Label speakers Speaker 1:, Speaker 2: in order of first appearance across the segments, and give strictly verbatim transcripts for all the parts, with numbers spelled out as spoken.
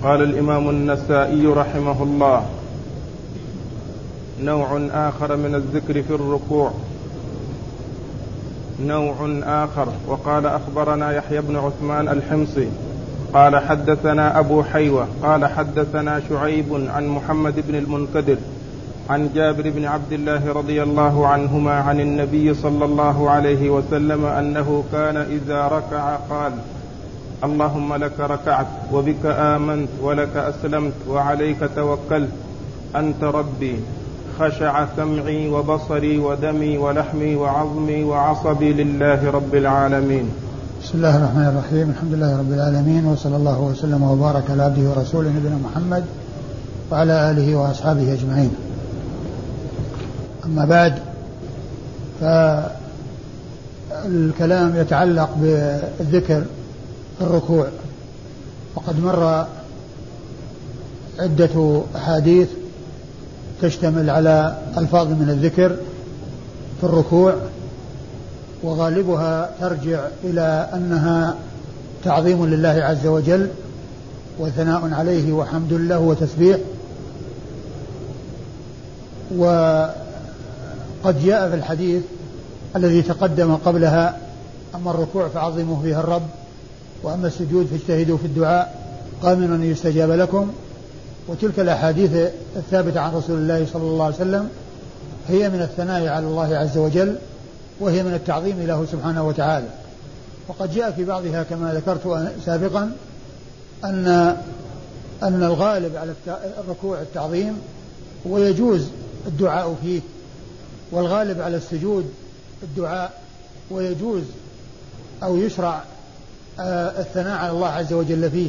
Speaker 1: قال الإمام النسائي رحمه الله: نوع آخر من الذكر في الركوع نوع آخر. وقال: أخبرنا يحيى بن عثمان الحمصي قال حدثنا أبو حيوة قال حدثنا شعيب عن محمد بن المنكدر عن جابر بن عبد الله رضي الله عنهما عن النبي صلى الله عليه وسلم أنه كان إذا ركع قال: اللهم لك ركعت وبك آمنت ولك أسلمت وعليك توكلت أنت ربي، خشع سمعي وبصري ودمي ولحمي وعظمي وعصبي لله رب العالمين.
Speaker 2: بسم الله الرحمن الرحيم. الحمد لله رب العالمين، وصلى الله وسلم وبارك على عبده ورسوله نبينا محمد وعلى آله وأصحابه أجمعين. أما بعد، فالكلام يتعلق بالذكر في الركوع، وقد مر عدة أحاديث تشتمل على ألفاظ من الذكر في الركوع، وغالبها ترجع إلى أنها تعظيم لله عز وجل وثناء عليه وحمد له وتسبيح. وقد جاء في الحديث الذي تقدم قبلها: أما الركوع فعظموا فيه الرب، وأما السجود فاجتهدوا في الدعاء قامنا أن يستجاب لكم. وتلك الأحاديث الثابتة عن رسول الله صلى الله عليه وسلم هي من الثناء على الله عز وجل، وهي من التعظيم له سبحانه وتعالى. وقد جاء في بعضها كما ذكرت سابقا أن أن الغالب على الركوع التعظيم ويجوز الدعاء فيه، والغالب على السجود الدعاء ويجوز أو يشرع الثناء على الله عز وجل فيه.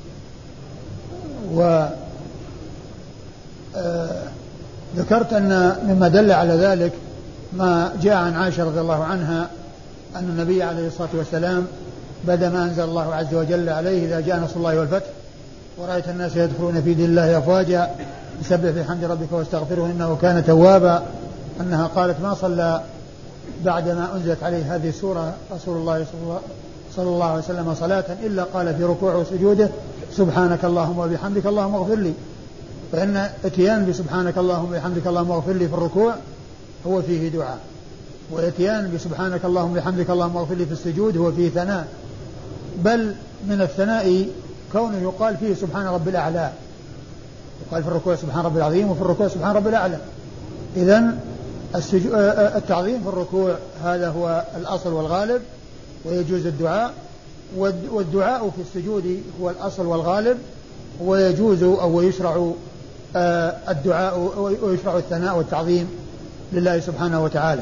Speaker 2: وذكرت أن مما دل على ذلك ما جاء عن عائشة رضي الله عنها أن النبي عليه الصلاة والسلام بعد ما أنزل الله عز وجل عليه: إذا جاء نصر الله والفتح ورأيت الناس يدخلون في دين الله أفواجا فسبح بحمد ربك واستغفره إنه كان توابا، أنها قالت: ما صلى بعدما أنزلت عليه هذه السورة رسول الله صلى الله عليه وسلم صلاة إلا قال في ركوعه وسجوده: سبحانك اللهم وبحمدك اللهم اغفر لي. فإن اتيان بسبحانك اللهم وبحمدك اللهم اغفر لي في الركوع هو فيه دعاء، واتيان بسبحانك اللهم وبحمدك اللهم اغفر لي في السجود هو فيه ثناء، بل من الثناء كونه يقال فيه سبحان رب الأعلى، يقال في الركوع سبحان رب العظيم وفي الركوع سبحان رب الأعلى. إذن التعظيم في الركوع هذا هو الأصل والغالب، ويجوز الدعاء، والدعاء في السجود هو الأصل والغالب، ويجوز أو يشرع الدعاء ويشرع الثناء والتعظيم لله سبحانه وتعالى.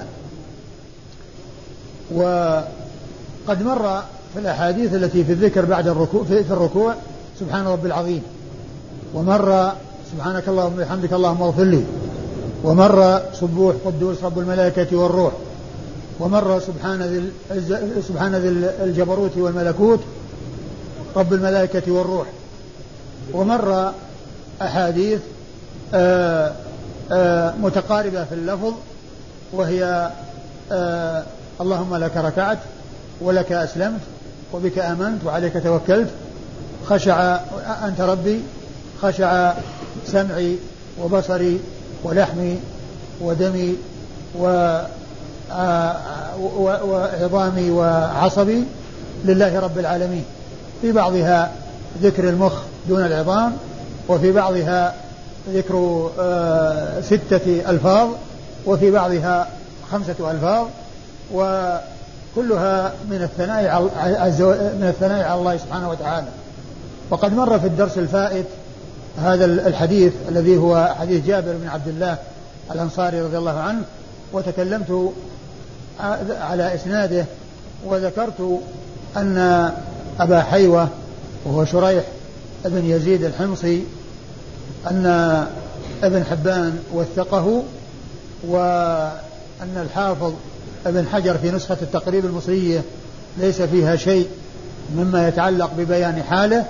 Speaker 2: وقد مر في الأحاديث التي في الذكر بعد الركوع في الركوع سبحان رب العظيم، ومر سبحانك اللهم وبحمدك اللهم اغفر لي، ومر سبوح قدوس رب الملائكة والروح، ومر سبحان ذي سبحان ذي الجبروت والملكوت رب الملائكة والروح، ومر أحاديث آآ آآ متقاربة في اللفظ، وهي اللهم لك ركعت ولك أسلمت وبك آمنت وعليك توكلت، خشع أنت ربي، خشع سمعي وبصري ولحمي ودمي وعظامي وعصبي لله رب العالمين. في بعضها ذكر المخ دون العظام، وفي بعضها ذكر ستة ألفاظ، وفي بعضها خمسة ألفاظ، وكلها من الثناء من الثناء على الله سبحانه وتعالى. وقد مر في الدرس الفائت هذا الحديث الذي هو حديث جابر بن عبد الله الأنصاري رضي الله عنه، وتكلمت على إسناده، وذكرت أن أبا حيوة وهو شريح ابن يزيد الحمصي أن ابن حبان وثقه، وأن الحافظ ابن حجر في نسخة التقريب المصرية ليس فيها شيء مما يتعلق ببيان حاله.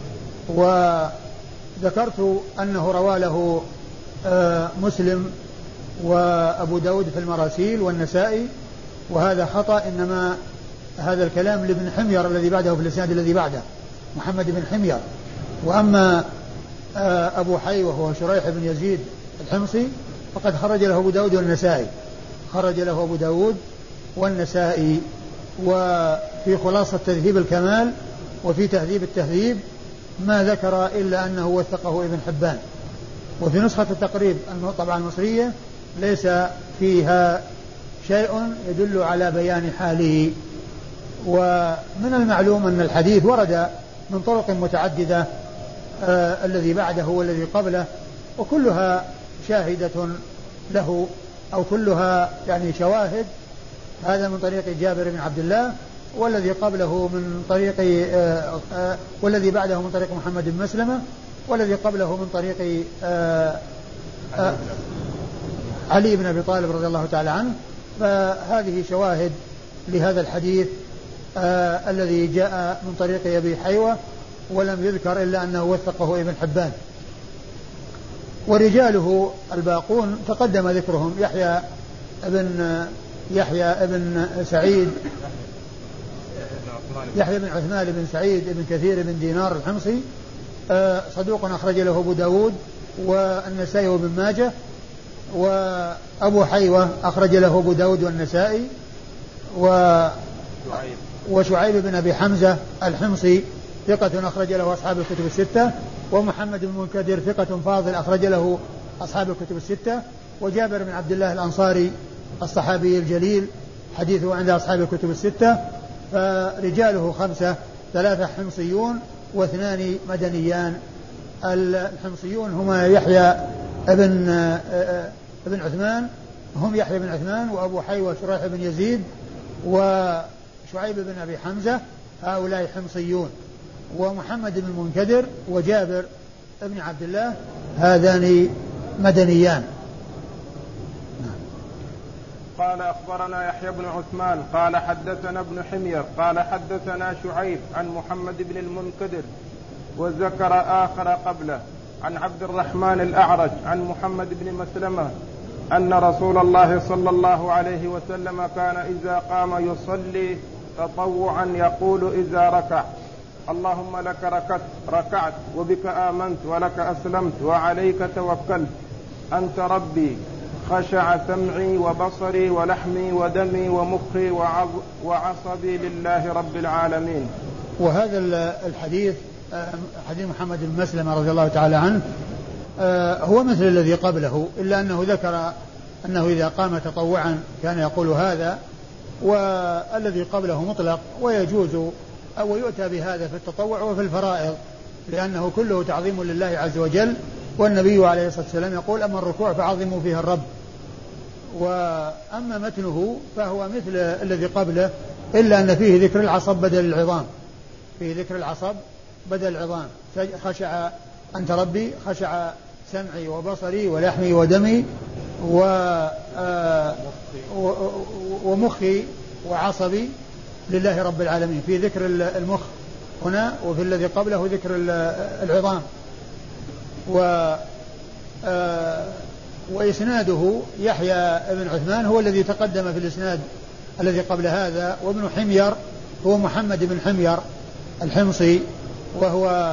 Speaker 2: وذكرت أنه روى له مسلم وأبو داود في المراسيل والنسائي، وهذا خطأ، إنما هذا الكلام لابن حمير الذي بعده في الإسناد الذي بعده، محمد بن حمير وأما أبو حيوة وهو شريح بن يزيد الحمصي فقد خرج له أبو داود والنسائي خرج له أبو داود والنسائي. وفي خلاصة تهذيب الكمال وفي تهذيب التهذيب ما ذكر إلا أنه وثقه ابن حبان. وفي نسخة التقريب الطبعة المصرية ليس فيها شيء يدل على بيان حاله. ومن المعلوم أن الحديث ورد من طرق متعددة آه الذي بعده والذي قبله وكلها شاهدة له أو كلها يعني شواهد. هذا من طريق جابر بن عبد الله والذي قبله من طريق آه آه والذي بعده من طريق محمد بن مسلمة والذي قبله من طريق آه آه علي بن أبي طالب رضي الله تعالى عنه. فهذه شواهد لهذا الحديث آه الذي جاء من طريق أبي حيوة ولم يذكر إلا أنه وثقه ابن حبان. ورجاله الباقون تقدم ذكرهم يحيى ابن يحيى ابن سعيد يحيى بن عثمان بن سعيد بن كثير بن دينار الحمصي آه صدوق أخرج له أبو داود والنسائي وابن ماجه. وأبو حيوة أخرج له أبو داود والنسائي و وشعيب بن أبي حمزة الحمصي ثقة أخرج له أصحاب الكتب الستة. ومحمد بن المنكدر ثقة فاضل أخرج له أصحاب الكتب الستة. وجابر بن عبد الله الأنصاري الصحابي الجليل حديثه عند أصحاب الكتب الستة. فرجاله خمسة ثلاثة حمصيون واثنان مدنيان. الحمصيون هما يحيى ابن ابن عثمان هم يحيى بن عثمان وأبو حيوة شريح بن يزيد وشعيب بن أبي حمزة هؤلاء حمصيون. ومحمد بن المنكدر وجابر ابن عبد الله هذان مدنيان.
Speaker 1: قال أخبرنا يحيى بن عثمان قال حدثنا ابن حمير قال حدثنا شعيب عن محمد بن المنكدر وذكر آخر قبله عن عبد الرحمن الأعرج عن محمد بن مسلمة أن رسول الله صلى الله عليه وسلم كان إذا قام يصلي تطوعا يقول إذا ركع اللهم لك ركعت ركعت وبك آمنت ولك أسلمت وعليك توكلت أنت ربي خشع سمعي وبصري ولحمي ودمي ومخي وعصبي لله رب العالمين.
Speaker 2: وهذا الحديث حديث محمد بن مسلمة رضي الله تعالى عنه هو مثل الذي قبله إلا أنه ذكر أنه إذا قام تطوعا كان يقول هذا. والذي قبله مطلق ويجوز أو يؤتى بهذا في التطوع وفي الفرائض لأنه كله تعظيم لله عز وجل. والنبي عليه الصلاة والسلام يقول أما الركوع فعظموا فيه الرب. وأما متنه فهو مثل الذي قبله إلا أن فيه ذكر العصب بدل العظام فيه ذكر العصب بدل العظام. خشع أنت ربي خشع سمعي وبصري ولحمي ودمي و ومخي وعصبي لله رب العالمين. في ذكر المخ هنا وفي الذي قبله ذكر العظام. و وإسناده يحيى بن عثمان هو الذي تقدم في الإسناد الذي قبل هذا. وابن حمير هو محمد بن حمير الحمصي وهو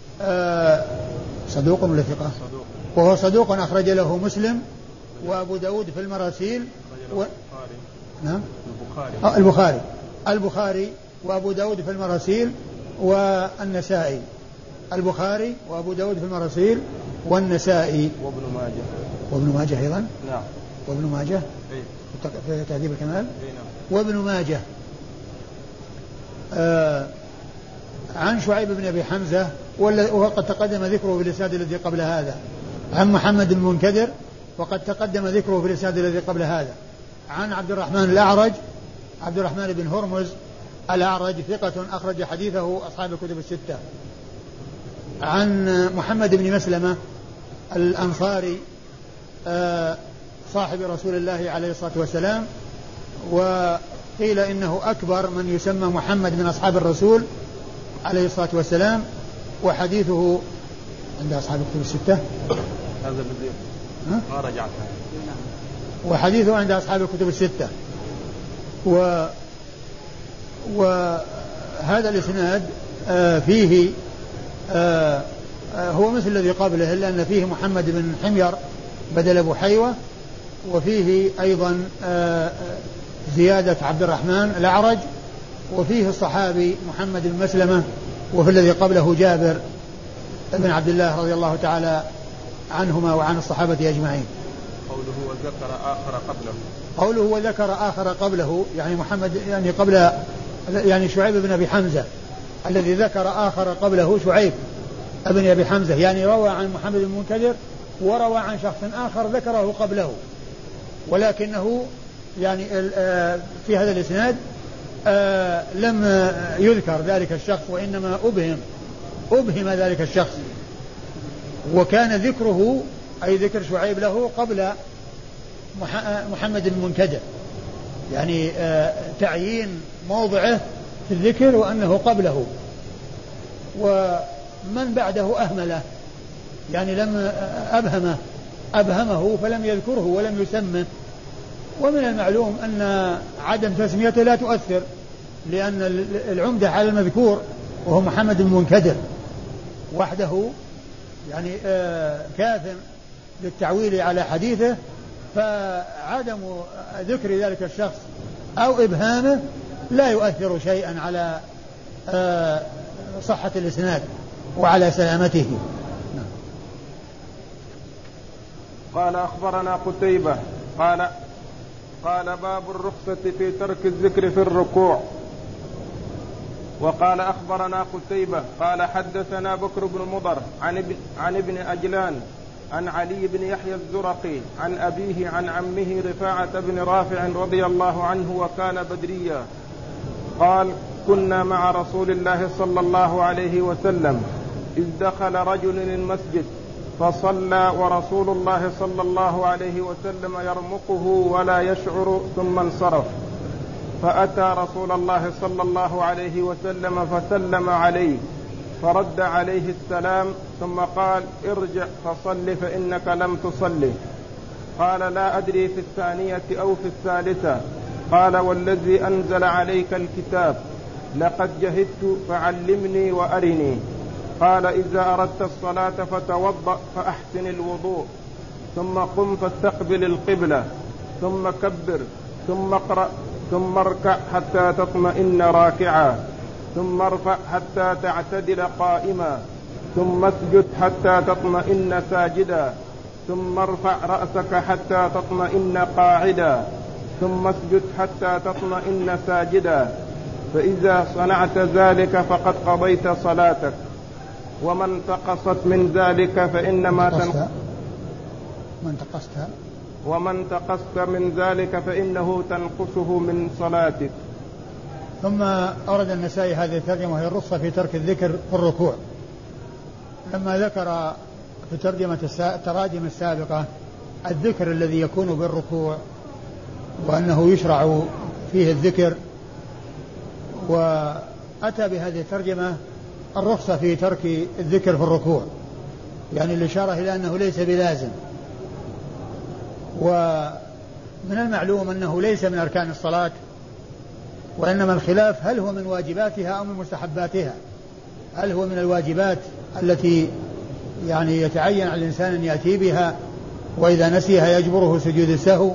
Speaker 2: صدوق ولا ثقة وهو صدوق أخرج له مسلم وأبو داود في المراسيل و... نعم البخاري. البخاري البخاري وأبو داود في المراسيل والنسائي. البخاري وأبو داود في المراسيل والنسائي
Speaker 1: وابن ماجه
Speaker 2: وابن ماجه أيضا.
Speaker 1: نعم
Speaker 2: وابن ماجه في تهذيب الكمال. وابن ماجه آه عن شعيب بن أبي حمزة وقد تقدم ذكره في الإسناد الذي قبل هذا. عن محمد بن المنكدر وقد تقدم ذكره في الإسناد الذي قبل هذا. عن عبد الرحمن الأعرج عبد الرحمن بن هرمز الأعرج ثقة أخرج حديثه أصحاب الكتب الستة. عن محمد بن مسلمة الأنصاري صاحب رسول الله عليه الصلاة والسلام وقيل إنه أكبر من يسمى محمد من أصحاب الرسول عليه الصلاة والسلام. وحديثه عند أصحاب الكتب الستة
Speaker 1: هذا الذي ما رجعت
Speaker 2: وحديثه عند أصحاب الكتب الستة. و وهذا الإسناد فيه هو مثل الذي قبله، إلا أن فيه محمد بن حمير بدل أبو حيوة، وفيه أيضا زيادة عبد الرحمن الأعرج، وفيه الصحابي محمد بن مسلمة، وفي الذي قبله جابر بن عبد الله رضي الله تعالى عنهما وعن الصحابة أجمعين.
Speaker 1: قوله وذكر آخر قبله،
Speaker 2: قوله وذكر آخر قبله يعني محمد يعني قبل يعني شعيب بن أبي حمزة، الذي ذكر آخر قبله شعيب ابن أبي حمزة، يعني روى عن محمد بن المنكدر وروى عن شخص آخر ذكره قبله، ولكنه يعني في هذا الإسناد لم يذكر ذلك الشخص، وإنما أبهم أبهم ذلك الشخص، وكان ذكره أي ذكر شعيب له قبل محمد المنكدر، يعني تعيين موضعه في الذكر وأنه قبله، ومن بعده أهمله، يعني لم أبهمه أبهمه فلم يذكره ولم يسمه. ومن المعلوم أن عدم تسميته لا تؤثر، لأن العمدة على المذكور وهو محمد المنكدر وحده يعني كاف للتعويل على حديثه، فعدم ذكر ذلك الشخص أو إبهامه لا يؤثر شيئا على صحة الإسناد وعلى سلامته.
Speaker 1: قال أخبرنا قتيبة قال قال باب الرخصة في ترك الذكر في الركوع. وقال أخبرنا قتيبة قال حدثنا بكر بن مضر عن ابن, عن ابن أجلان عن علي بن يحيى الزرقي عن أبيه عن عمه رفاعة بن رافع رضي الله عنه وكان بدريا قال كنا مع رسول الله صلى الله عليه وسلم إذ دخل رجل المسجد فصلى ورسول الله صلى الله عليه وسلم يرمقه ولا يشعر ثم انصرف، فأتى رسول الله صلى الله عليه وسلم فسلم عليه فرد عليه السلام ثم قال ارجع فصل فإنك لم تصلي. قال لا أدري في الثانية أو في الثالثة. قال والذي أنزل عليك الكتاب لقد جهدت فعلمني وأرني. قال إذا أردت الصلاة فتوضأ فأحسن الوضوء ثم قم فاستقبل القبلة ثم كبر ثم اقرأ ثم اركع حتى تطمئن راكعا ثم ارفع حتى تعتدل قائما ثم اسجد حتى تطمئن ساجدا ثم ارفع رأسك حتى تطمئن قاعدا ثم اسجد حتى تطمئن ساجدا، فإذا صنعت ذلك فقد قضيت صلاتك، ومن تقصت من ذلك فإنما تنقص
Speaker 2: من تقصت
Speaker 1: ومن تقصت من ذلك فإنه تنقصه من صلاتك.
Speaker 2: ثم أورد النسائي هذه الترجمة وهي الرخصة في ترك الذكر في الركوع، لما ذكر في ترجمة التراجم السابقة الذكر الذي يكون بالركوع وأنه يشرع فيه الذكر، وأتى بهذه الترجمة الرخصة في ترك الذكر في الركوع، يعني الإشارة إلى أنه ليس بلازم. ومن المعلوم أنه ليس من أركان الصلاة، وإنما الخلاف هل هو من واجباتها أو من مستحباتها، هل هو من الواجبات التي يعني يتعين على الإنسان أن يأتي بها وإذا نسيها يجبره سجود السهو،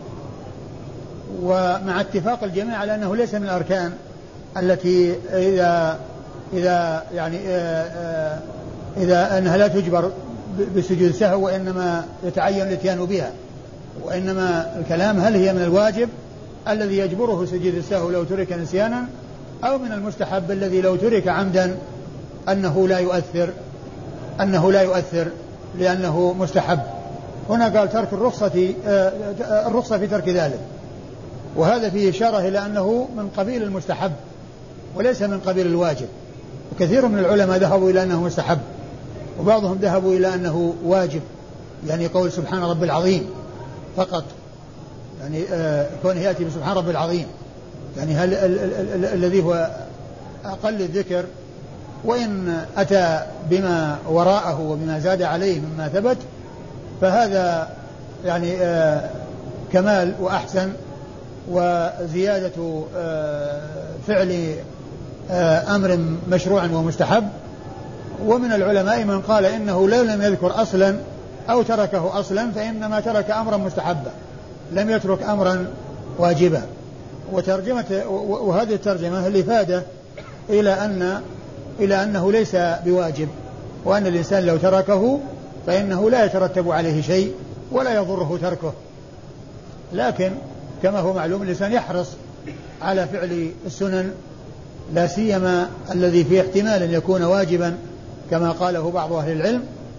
Speaker 2: ومع اتفاق الجميع على أنه ليس من الأركان التي إذا إذا يعني إذا أنها لا تجبر بسجود السهو، وإنما يتعين الاتيان بها، وإنما الكلام هل هي من الواجب الذي يجبره سجود السهو لو ترك نسيانا، أو من المستحب الذي لو ترك عمدا أنه لا يؤثر أنه لا يؤثر لأنه مستحب. هنا قال ترك الرخصة الرخصة في ترك ذلك، وهذا فيه إشارة إلى أنه من قبيل المستحب وليس من قبيل الواجب، وكثير من العلماء ذهبوا إلى أنه مستحب، وبعضهم ذهبوا إلى أنه واجب، يعني قول سبحان رب العظيم فقط، يعني آه كونه يأتي بسبحان رب العظيم، يعني هل الذي هو أقل الذكر، وإن أتى بما وراءه وبما زاد عليه مما ثبت فهذا يعني آه كمال وأحسن وزيادة آه فعل آه أمر مشروع ومستحب، ومن العلماء من قال إنه لو لم يذكر أصلا أو تركه أصلا فإنما ترك أمرا مستحبا لم يترك أمرا واجبا. وترجمة وهذه الترجمة الإفادة إلى أن إلى أنه ليس بواجب، وأن الإنسان لو تركه فإنه لا يترتب عليه شيء ولا يضره تركه، لكن كما هو معلوم الإنسان يحرص على فعل السنن، لا سيما الذي فيه احتمال أن يكون واجبا كما قاله بعض أهل العلم.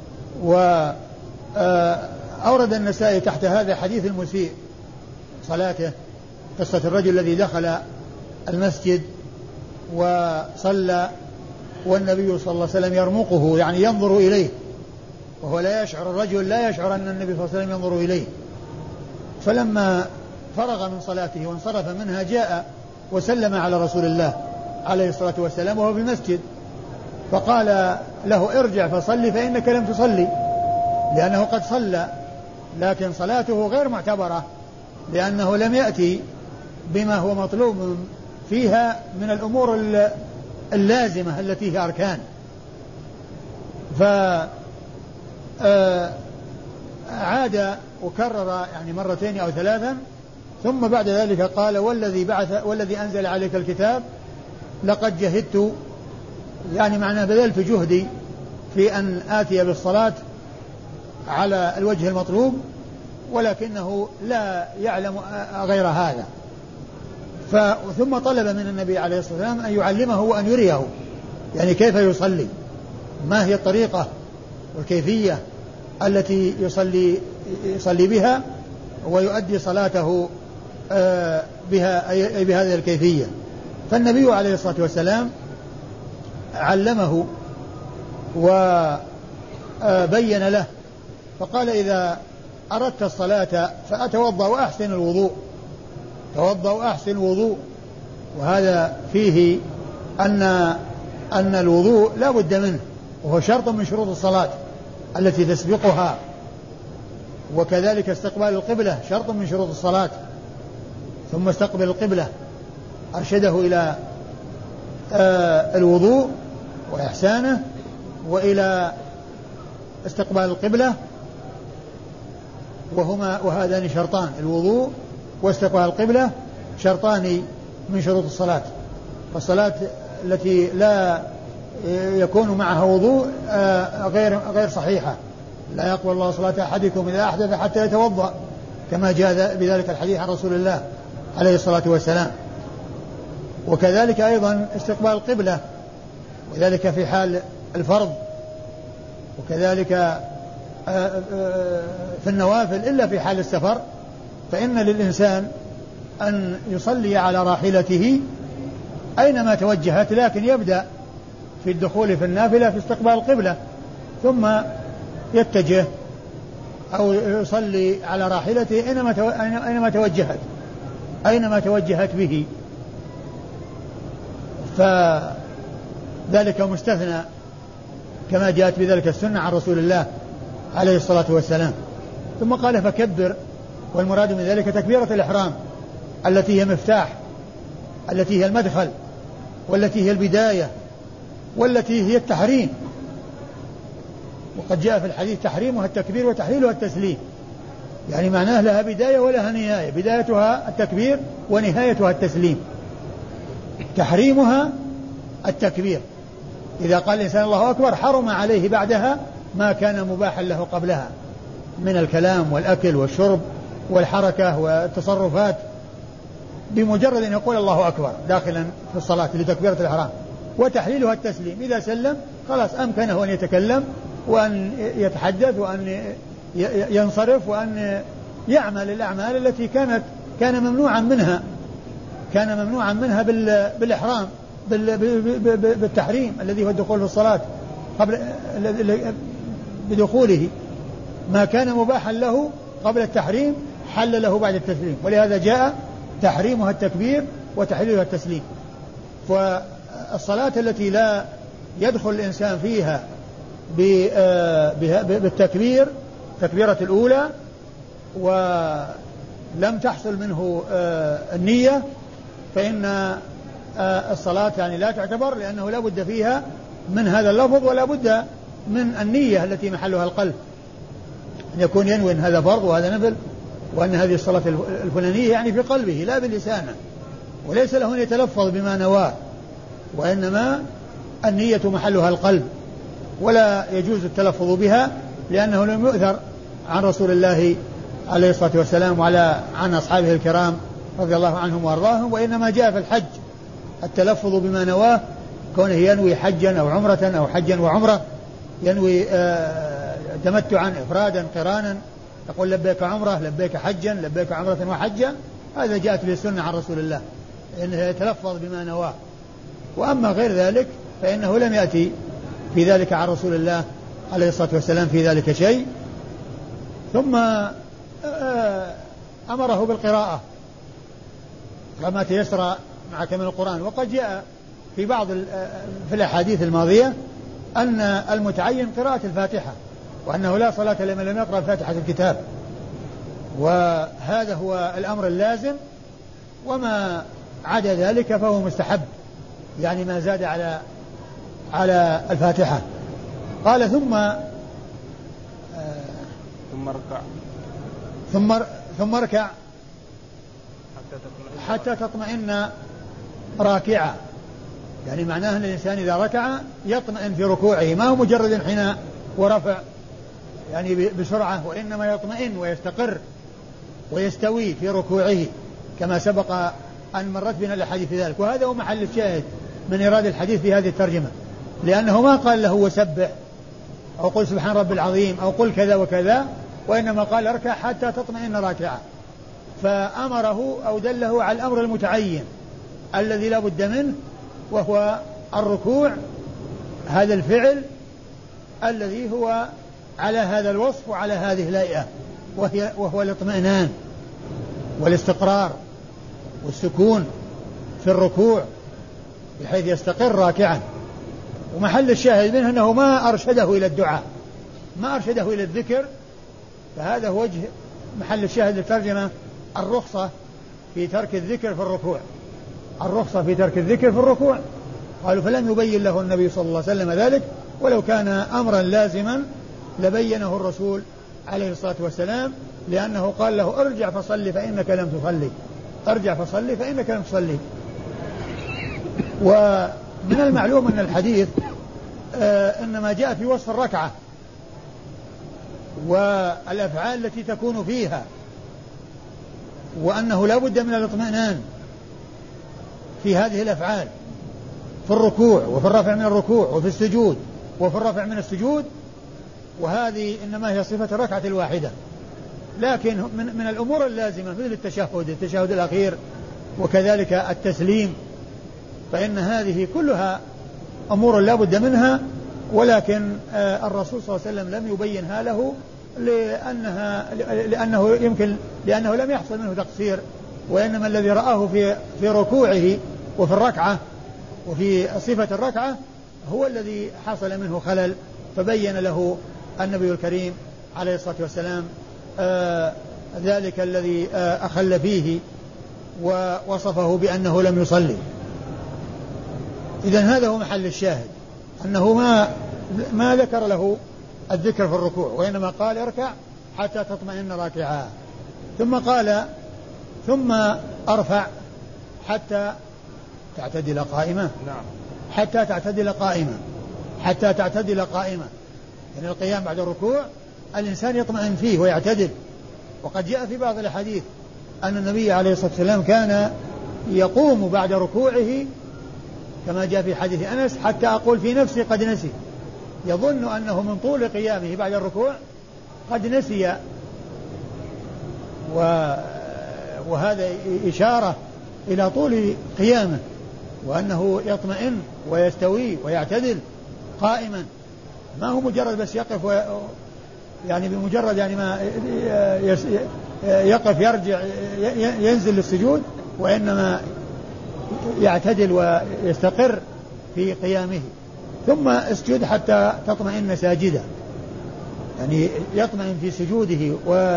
Speaker 2: وأورد النسائي تحت هذا حديث المسيء صلاته، قصة الرجل الذي دخل المسجد وصلى والنبي صلى الله عليه وسلم يرمقه، يعني ينظر إليه، وهو لا يشعر، الرجل لا يشعر أن النبي صلى الله عليه وسلم ينظر إليه. فلما فرغ من صلاته وانصرف منها جاء وسلم على رسول الله عليه الصلاة والسلام وهو في المسجد، فقال له ارجع فصلي فإنك لم تصلي، لأنه قد صلى لكن صلاته غير معتبرة، لأنه لم يأتي بما هو مطلوب فيها من الأمور اللازمة التي هي أركان. فعاد وكرر يعني مرتين أو ثلاثا، ثم بعد ذلك قال والذي بعث والذي أنزل عليك الكتاب لقد جهدت، يعني معناه بذلت جهدي في أن آتي بالصلاة على الوجه المطلوب، ولكنه لا يعلم غير هذا. ثم طلب من النبي عليه الصلاة والسلام أن يعلمه وأن يريه، يعني كيف يصلي، ما هي الطريقة والكيفية التي يصلي يصلي بها ويؤدي صلاته بها أي بهذه الكيفية. فالنبي عليه الصلاة والسلام علمه وبين له، فقال إذا أردت الصلاة فأتوضأ وأحسن الوضوء، توضأ وأحسن الوضوء. وهذا فيه أن أن الوضوء لا بد منه، وهو شرط من شروط الصلاة التي تسبقها، وكذلك استقبال القبلة شرط من شروط الصلاة. ثم استقبل القبلة أرشده إلى آه الوضوء وإحسانه وإلى استقبال القبلة، وهما وهذان شرطان، الوضوء واستقبال القبلة شرطان من شروط الصلاة. والصلاة التي لا يكون معها وضوء آه غير غير صحيحة، لا يقبل الله صلاة أحدكم إذا أحدث حتى يتوضأ، كما جاء بذلك الحديث عن رسول الله عليه الصلاة والسلام. وكذلك أيضا استقبال القبلة، وذلك في حال الفرض، وكذلك في النوافل إلا في حال السفر، فإن للإنسان أن يصلي على راحلته أينما توجهت، لكن يبدأ في الدخول في النافلة في استقبال القبلة، ثم يتجه أو يصلي على راحلته أينما توجهت أينما توجهت به، فذلك مستثنى كما جاءت بذلك السنة عن رسول الله عليه الصلاة والسلام. ثم قال فكبر، والمراد من ذلك تكبيرة الإحرام التي هي مفتاح، التي هي المدخل، والتي هي البداية، والتي هي التحريم. وقد جاء في الحديث تحريمها التكبير وتحليلها التسليم، يعني معناه لها بداية ولها نهاية، بدايتها التكبير ونهايتها التسليم. تحريمها التكبير، إذا قال الإنسان الله أكبر حرم عليه بعدها ما كان مباحا له قبلها من الكلام والأكل والشرب والحركة والتصرفات، بمجرد أن يقول الله أكبر داخلا في الصلاة لتكبيرة الإحرام. وتحليلها التسليم، إذا سلم خلاص أمكنه أن يتكلم وأن يتحدث وأن ينصرف وأن يعمل الأعمال التي كانت كان ممنوعا منها كان ممنوعا منها بالإحرام بالتحريم الذي هو الدخول في الصلاة، قبل بدخوله ما كان مباحا له قبل التحريم حل له بعد التسليم، ولهذا جاء تحريمها التكبير وتحليلها التسليم. والصلاة التي لا يدخل الإنسان فيها بالتكبير تكبيرة الأولى ولم تحصل منه النية، فإن الصلاة يعني لا تعتبر، لأنه لا بد فيها من هذا اللفظ، ولا بد من النية التي محلها القلب، أن يكون ينوي أن هذا فرض وهذا نفل، وأن هذه الصلاة الفلانية يعني في قلبه لا بلسانه، وليس له أن يتلفظ بما نواه، وإنما النية محلها القلب، ولا يجوز التلفظ بها، لأنه لم يؤثر عن رسول الله عليه الصلاة والسلام وعلى عن أصحابه الكرام رضي الله عنهم وأرضاهم، وإنما جاء في الحج التلفظ بما نواه، كونه ينوي حجا أو عمرة أو حجا وعمرة، ينوي آه تمتعا إفرادا قرانا، يقول لبيك عمرة لبيك حجا لبيك عمرة وحجا، هذا جاءت به السنة عن رسول الله إنه يتلفظ بما نواه. وأما غير ذلك فإنه لم يأتي في ذلك عن رسول الله عليه الصلاة والسلام في ذلك شيء. ثم أمره بالقراءة كما تيسر معك من القرآن. وقد جاء في بعض في الأحاديث الماضية أن المتعين قراءة الفاتحة، وأنه لا صلاة لمن لم يقرأ فاتحة الكتاب، وهذا هو الأمر اللازم، وما عدا ذلك فهو مستحب، يعني ما زاد على على الفاتحة. قال ثم
Speaker 1: ثم اركع
Speaker 2: ثم ثم اركع
Speaker 1: حتى تطمئن,
Speaker 2: حتى تطمئن راكعا، يعني معناه أن الإنسان إذا ركع يطمئن في ركوعه، ما هو مجرد انحناء ورفع يعني بسرعة، وإنما يطمئن ويستقر ويستوي في ركوعه، كما سبق أن مرت بنا الحديث في ذلك. وهذا هو محل الشاهد من إيراد الحديث في هذه الترجمة، لأنه ما قال له وسبح أو قل سبحان رب العظيم أو قل كذا وكذا، وإنما قال اركع حتى تطمئن راكعا، فأمره أو دله على الأمر المتعين الذي لا بد منه، وهو الركوع، هذا الفعل الذي هو على هذا الوصف وعلى هذه الهيئة، وهي وهو الاطمئنان والاستقرار والسكون في الركوع بحيث يستقر راكعا. ومحل الشاهد منه أنه ما أرشده إلى الدعاء، ما أرشده إلى الذكر، فهذا هو وجه محل الشاهد للترجمة، الرخصة في ترك الذكر في الركوع، الرخصة في ترك الذكر في الركوع. قالوا فلم يبين له النبي صلى الله عليه وسلم ذلك، ولو كان أمرا لازما لبينه الرسول عليه الصلاة والسلام، لأنه قال له ارجع فصلي فإنك لم تصلي، ارجع فصلي فإنك لم تصلي. ومن المعلوم أن الحديث آه إنما جاء في وصف الركعة والأفعال التي تكون فيها، وأنه لا بد من الاطمئنان في هذه الأفعال، في الركوع وفي الرفع من الركوع وفي السجود وفي الرفع من السجود، وهذه إنما هي صفة الركعة الواحدة. لكن من, من الأمور اللازمة مثل التشهد التشهد الأخير وكذلك التسليم، فإن هذه كلها أمور لا بد منها، ولكن الرسول صلى الله عليه وسلم لم يبينها له لأنها لأنه يمكن لأنه لم يحصل منه تقصير، وإنما الذي رآه في في ركوعه وفي الركعة وفي صفة الركعة هو الذي حصل منه خلل، فبين له النبي الكريم عليه الصلاة والسلام آه ذلك الذي آه أخل فيه ووصفه بأنه لم يصلي. إذن هذا هو محل الشاهد، أنه ما ما ذكر له الذكر في الركوع، وإنما قال اركع حتى تطمئن راكعا، ثم قال ثم أرفع حتى تعتدل قائمة.
Speaker 1: نعم.
Speaker 2: حتى تعتدل قائمة، حتى تعتدل قائمة، يعني القيام بعد الركوع الإنسان يطمئن فيه ويعتدل. وقد جاء في بعض الحديث أن النبي عليه الصلاة والسلام كان يقوم بعد ركوعه كما جاء في حديث أنس حتى أقول في نفسي قد نسي، يظن أنه من طول قيامه بعد الركوع قد نسي، وهذا إشارة إلى طول قيامه، وأنه يطمئن ويستوي ويعتدل قائما، ما هو مجرد بس يقف و... يعني بمجرد يعني ما يقف يرجع ينزل للسجود، وإنما يعتدل ويستقر في قيامه. ثم اسجد حتى تطمئن ساجدا، يعني يطمئن في سجوده،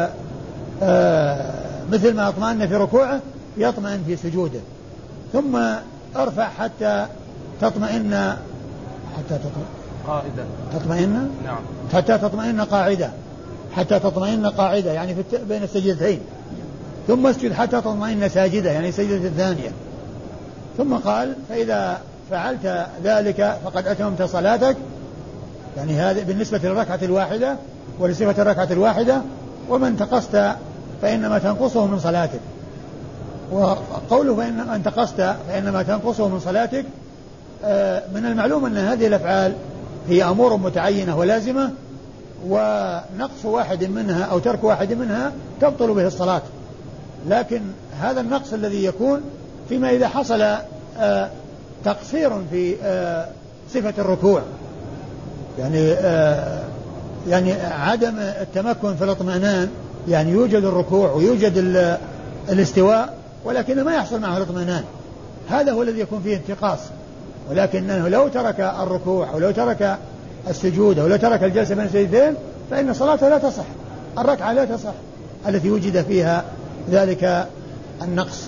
Speaker 2: ومثل ما اطمئن في ركوعه يطمئن في سجوده. ثم ارفع حتى تطمئن حتى تطمئن
Speaker 1: قاعدة
Speaker 2: تطمئن
Speaker 1: نعم
Speaker 2: حتى تطمئن قاعدة حتى تطمئن قاعدة يعني في الت... بين السجدتين، ثم اسجد حتى تطمئن ساجدة يعني سجدة الثانية. ثم قال فإذا فعلت ذلك فقد أتممت صلاتك، يعني هذا بالنسبة للركعة الواحدة ولصفة الركعة الواحدة، ومن تقصت فإنما تنقصه من صلاتك. وقوله فإن من تقصت فإنما تنقصه من صلاتك، من المعلوم أن هذه الأفعال هي أمور متعينة ولازمة، ونقص واحد منها أو ترك واحد منها تبطل به الصلاة. لكن هذا النقص الذي يكون فيما إذا حصل تقصير في صفة الركوع، يعني يعني عدم التمكن في الاطمئنان، يعني يوجد الركوع ويوجد الاستواء ولكن ما يحصل معه الاطمئنان، هذا هو الذي يكون فيه انتقاص. ولكنه لو ترك الركوع أو لو ترك السجود أو لو ترك الجلسة بين السجدتين فإن صلاته لا تصح، الركعة لا تصح التي وجد فيها ذلك النقص.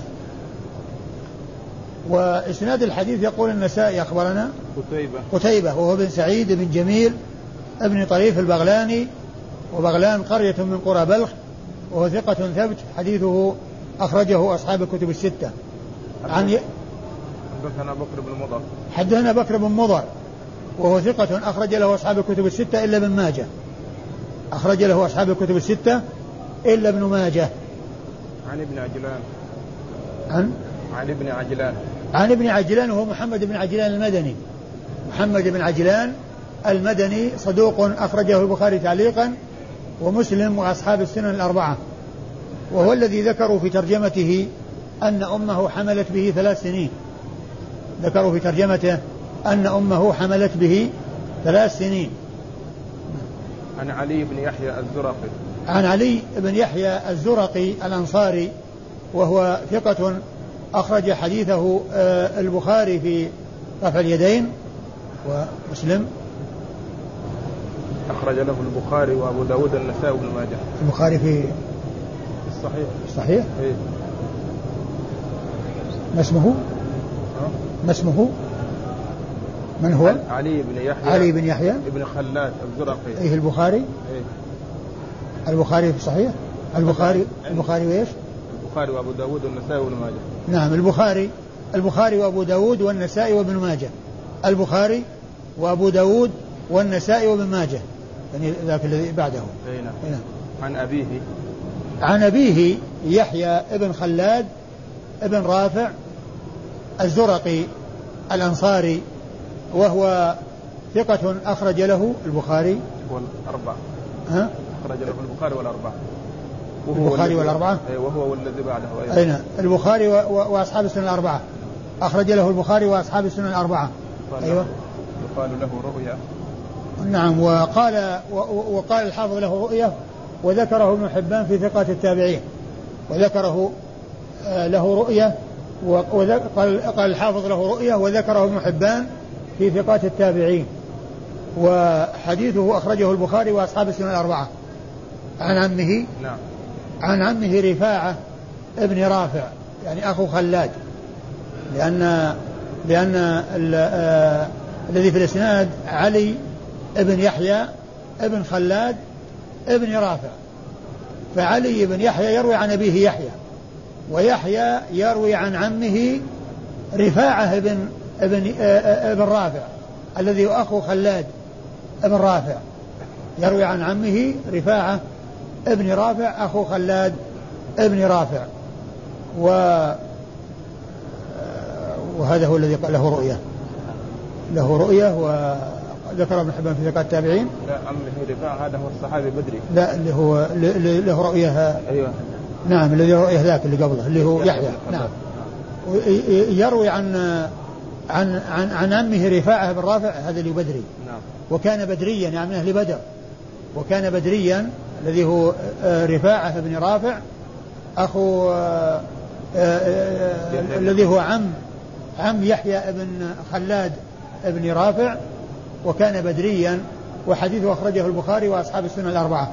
Speaker 2: وإسناد الحديث يقول النسائي أخبرنا
Speaker 1: قتيبة
Speaker 2: قتيبة وهو بن سعيد بن جميل ابن طريف البغلاني، وبغلان قرية من قرى بلخ، وهو ثقة ثبت، حديثه أخرجه أصحاب الكتب الستة. عن
Speaker 1: حدثنا بكر بن مضر
Speaker 2: حدثنا بكر بن مضر وهو ثقة أخرج له أصحاب الكتب الستة إلا ابن ماجه، أخرج له أصحاب الكتب الستة إلا ابن ماجه.
Speaker 1: عن ابن عجلان
Speaker 2: عن
Speaker 1: عن ابن عجلان
Speaker 2: عن ابن عجلان وهو محمد بن عجلان المدني، محمد بن عجلان المدني صدوق أخرجه البخاري تعليقا ومسلم وأصحاب السنن الأربعة، وهو الذي ذكروا في ترجمته أن أمه حملت به ثلاث سنين، ذكروا في ترجمته أن أمه حملت به ثلاث سنين.
Speaker 1: عن علي بن يحيى الزرقي
Speaker 2: عن علي بن يحيى الزرقي الأنصاري وهو ثقة أخرج حديثه البخاري في رفع اليدين ومسلم
Speaker 1: أخرج له البخاري وأبو داود والنسائي وابن ماجه.
Speaker 2: البخاري في
Speaker 1: الصحيح
Speaker 2: الصحيح
Speaker 1: إيه؟
Speaker 2: ما اسمه؟ ما اسمه؟ من هو؟
Speaker 1: علي بن يحيى
Speaker 2: علي بن يحيى
Speaker 1: ابن خلاد الزرقي.
Speaker 2: إيه البخاري؟
Speaker 1: إيه؟
Speaker 2: البخاري في الصحيح؟ البخاري البخاري وإيش؟
Speaker 1: البخاري وأبو داود والنسائي وابن ماجه.
Speaker 2: نعم البخاري البخاري وأبو داود والنسائي وابن ماجه. البخاري وأبو داود والنسائي وابن ماجه، يعني ذاك الذي بعده.
Speaker 1: أي نعم. عن أبيه
Speaker 2: عن أبيه يحيى ابن خلاد ابن رافع الزرقي الأنصاري، وهو ثقة أخرج له البخاري
Speaker 1: والأربعة.
Speaker 2: ها؟
Speaker 1: أخرج له البخاري والأربعة.
Speaker 2: البخاري والأربعة.
Speaker 1: أي وهو والذي بعده.
Speaker 2: أي نعم البخاري و... و... وأصحاب السنن الأربعة، أخرج له البخاري وأصحاب السنن الأربعة. أيوة.
Speaker 1: يقال له رؤيا.
Speaker 2: نعم وقال و... وقال الحافظ له رؤيا، وذكره ابن حبان في ثقات التابعين، وذكره له رؤيا وقال قال الحافظ له رؤيا وذكره ابن حبان في ثقات التابعين، وحديثه أخرجه البخاري وأصحاب السنن الأربعة. عن عمه
Speaker 1: نعم
Speaker 2: عن عمه رفاعة ابن رافع يعني أخو خلاد، لأن لأن آه الذي في الإسناد علي ابن يحيى ابن خلاد ابن رافع، فعلي بن يحيى يروي عن أبيه يحيى، ويحيى يروي عن عمه رفاعة ابن ابن ابن رافع الذي هو أخو خلاد ابن رافع، يروي عن عمه رفاعة ابن رافع أخو خلاد ابن رافع، و وهذا هو الذي قال له رؤية له رؤية وذكر ابن حبان في ثقات التابعين.
Speaker 1: لا عمه رفاعة هذا هو الصحابي بدري.
Speaker 2: لا اللي هو له رؤية.
Speaker 1: أيوة.
Speaker 2: نعم الذي رؤية ذاك اللي قبله اللي هو يحيى. نعم يروي عن عن عن عن عمه رفاعة بن رافع هذا اللي بدري.
Speaker 1: نعم.
Speaker 2: وكان بدريا يعني من أهل بدر، وكان بدريا الذي هو رفاعة بن رافع أخو الذي هو عم عم يحيى بن خلاد بن رافع، وكان بدريا، وحديثه أخرجه البخاري وأصحاب السنن الأربعة.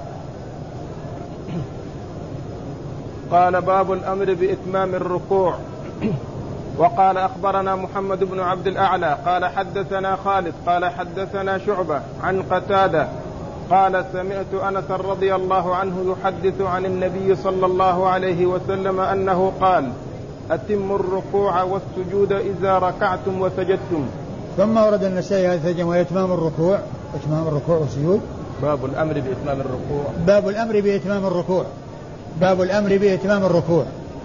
Speaker 1: قال باب الأمر بإتمام الركوع. وقال أخبرنا محمد بن عبد الأعلى قال حدثنا خالد قال حدثنا شعبة عن قتادة قال سمعت أنس رضي الله عنه يحدث عن النبي صلى الله عليه وسلم أنه قال أتموا الركوع والسجود إذا ركعتم وسجدتم.
Speaker 2: ثم ورد النسائي هذه الترجمة وإتمام الركوع إتمام الركوع والسجود.
Speaker 1: باب الأمر بإتمام الركوع
Speaker 2: باب الأمر بإتمام الركوع باب الأمر بإتمام الركوع.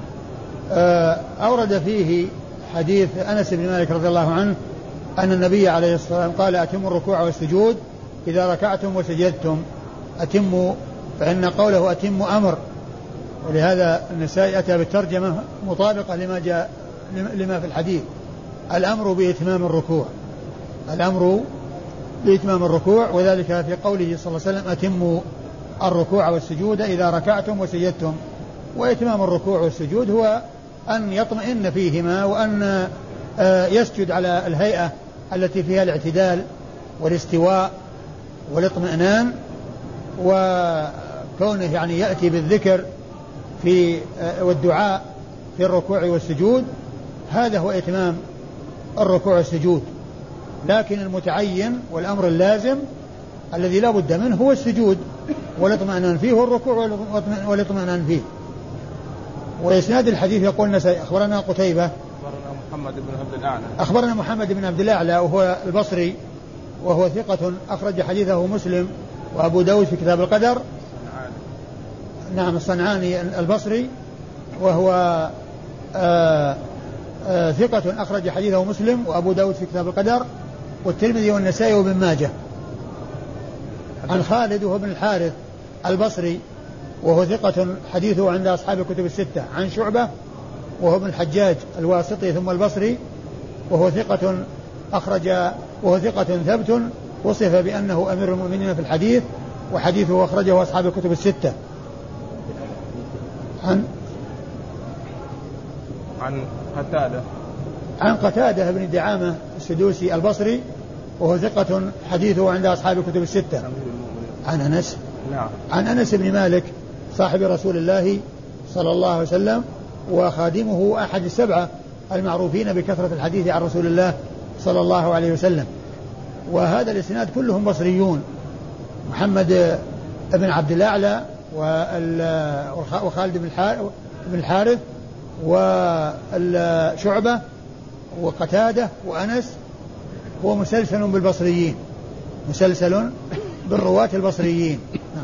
Speaker 2: أورد فيه حديث أنس بن مالك رضي الله عنه أن النبي عليه الصلاة والسلام قال أتموا الركوع والسجود إذا ركعتم وسجدتم. أتموا فإن قوله أتموا أمر، ولهذا النسائي أتى بالترجمة مطابقة لما جاء لما في الحديث. الأمر بإتمام الركوع الأمر بإتمام الركوع وذلك في قوله صلى الله عليه وسلم أتموا الركوع والسجود إذا ركعتم وسجدتم. وإتمام الركوع والسجود هو أن يطمئن فيهما وأن يسجد على الهيئة التي فيها الاعتدال والاستواء والاطمئنان، وكونه يعني يأتي بالذكر في والدعاء في الركوع والسجود. هذا هو إتمام الركوع والسجود. لكن المتعين والأمر اللازم الذي لا بد منه هو السجود والاطمئنان فيه والركوع والاطمئنان فيه. وإسناد الحديث يقول النسائي أخبرنا قتيبة
Speaker 1: أخبرنا محمد بن عبد الأعلى
Speaker 2: أخبرنا محمد بن عبد الأعلى وهو البصري وهو ثقة أخرج حديثه مسلم وأبو داود في كتاب القدر. نعم الصنعاني البصري وهو آآ آآ ثقة أخرج حديثه مسلم وأبو داود في كتاب القدر والترمذي والنسائي وابن ماجه. عن خالد وهو ابن الحارث البصري وهو ثقة حديثه عند أصحاب الكتب الستة. عن شعبة وهو ابن الحجاج الواسطي ثم البصري وهو ثقة أخرج وهو ثقة ثبت وصف بأنه أمير المؤمنين في الحديث وحديثه أخرجه أصحاب الكتب الستة. عن
Speaker 1: عن قتادة
Speaker 2: عن قتادة بن دعامة السدوسي البصري وهو ثقة حديثه عند أصحاب الكتب الستة. عن أنس
Speaker 1: نعم
Speaker 2: عن أنس بن مالك صاحب رسول الله صلى الله عليه وسلم وخادمه أحد السبعة المعروفين بكثرة الحديث عن رسول الله صلى الله عليه وسلم. وهذا الإسناد كلهم بصريون، محمد بن عبد الأعلى وخالد بن الحارث وشعبة وقتادة وأنس. هو مسلسل بالبصريين مسلسل بالرواة البصريين.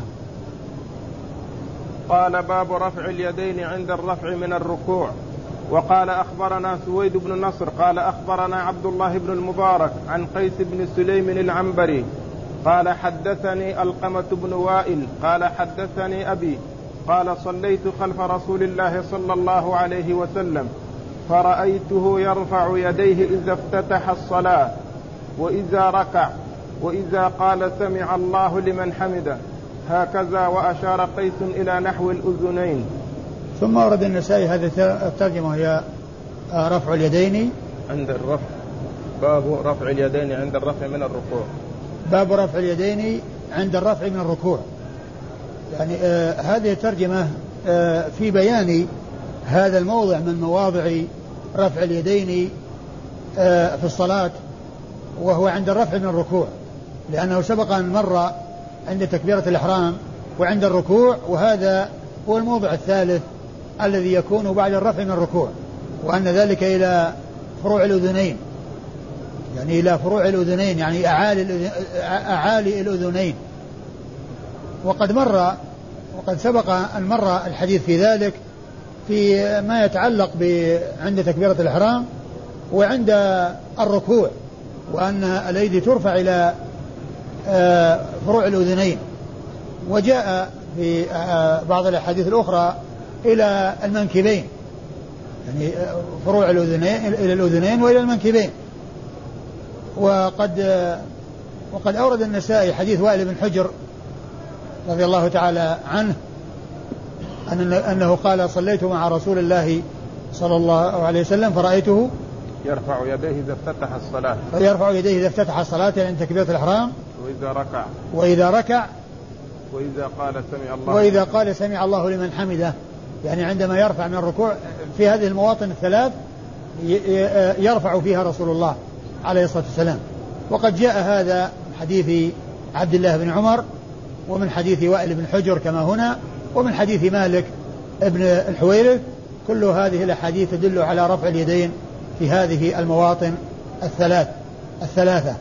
Speaker 1: قال باب رفع اليدين عند الرفع من الركوع. وقال أخبرنا سويد بن نصر قال أخبرنا عبد الله بن المبارك عن قيس بن سليم العنبري قال حدثني القمة بن وائل قال حدثني أبي قال صليت خلف رسول الله صلى الله عليه وسلم فرأيته يرفع يديه إذا افتتح الصلاة وإذا ركع وإذا قال سمع الله لمن حمده هكذا وأشار قيس إلى نحو الأذنين.
Speaker 2: ثم ورد النسائي هذه الترجمة هي رفع اليدين
Speaker 1: عند الرفع. باب رفع اليدين عند الرفع من الركوع.
Speaker 2: باب رفع اليدين عند الرفع من الركوع. يعني آه هذه الترجمة آه في بيان هذا الموضع من مواضع رفع اليدين آه في الصلاة وهو عند الرفع من الركوع، لأنه سبق أن مر عند تكبيرة الإحرام وعند الركوع، وهذا هو الموضع الثالث الذي يكون بعد الرفع من الركوع، وأن ذلك إلى فروع الأذنين، يعني إلى فروع الأذنين يعني أعالي, أعالي الأذنين. وقد مر وقد سبق أن مر الحديث في ذلك في ما يتعلق عند تكبيرة الإحرام وعند الركوع، وأن الأيدي ترفع إلى فروع الأذنين. وجاء في بعض الأحاديث الأخرى إلى المنكبين، يعني فروع الأذنين إلى الأذنين وإلى المنكبين. وقد وقد أورد النسائي حديث وائل بن حجر رضي الله تعالى عنه أن أنه قال صليت مع رسول الله صلى الله عليه وسلم فرأيته
Speaker 1: يرفع يديه إذا افتتح الصلاة
Speaker 2: يرفع يديه إذا افتتح الصلاة يعني تكبيرة الإحرام
Speaker 1: وإذا ركع
Speaker 2: وإذا ركع
Speaker 1: وإذا قال سمع الله
Speaker 2: وإذا قال سمع الله لمن حمده، يعني عندما يرفع من الركوع في هذه المواطن الثلاث يرفع فيها رسول الله عليه الصلاة والسلام. وقد جاء هذا من حديث عبد الله بن عمر، ومن حديث وائل بن حجر كما هنا، ومن حديث مالك ابن الحويرث. كل هذه الأحاديث تدل على رفع اليدين في هذه المواطن الثلاث الثلاثة.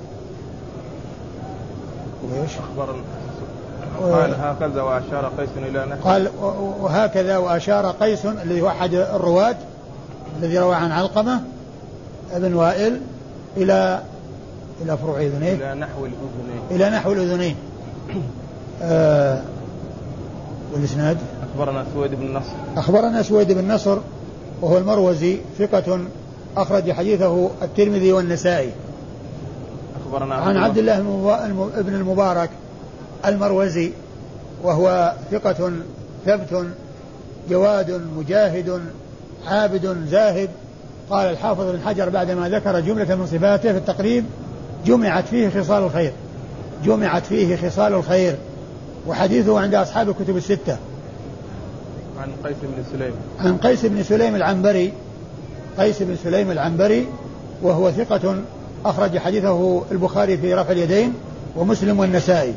Speaker 1: قال هكذا وأشار قيس إلى نحو
Speaker 2: قال وهكذا وأشار قيس الذي هو أحد الرواة الذي روى عن علقمة ابن وائل إلى إلى فروع أذنيه
Speaker 1: إلى نحو الأذنين
Speaker 2: إلى نحو الأذنين. آه والإسناد
Speaker 1: أخبرنا سويد بن نصر
Speaker 2: أخبرنا سويد بن نصر وهو المروزي ثقة أخرج حديثه الترمذي والنسائي.
Speaker 1: أخبرنا
Speaker 2: عن عبد الله بن المبارك المروزي وهو ثقة ثبت جواد مجاهد عابد زاهد. قال الحافظ بن حجر بعدما ذكر جملة من صفاته في التقريب: جمعت فيه خصال الخير جمعت فيه خصال الخير وحديثه عند أصحاب الكتب الستة.
Speaker 1: عن قيس بن سليم
Speaker 2: عن قيس بن سليم العنبري قيس بن سليم العنبري وهو ثقة أخرج حديثه البخاري في رفع اليدين ومسلم والنسائي.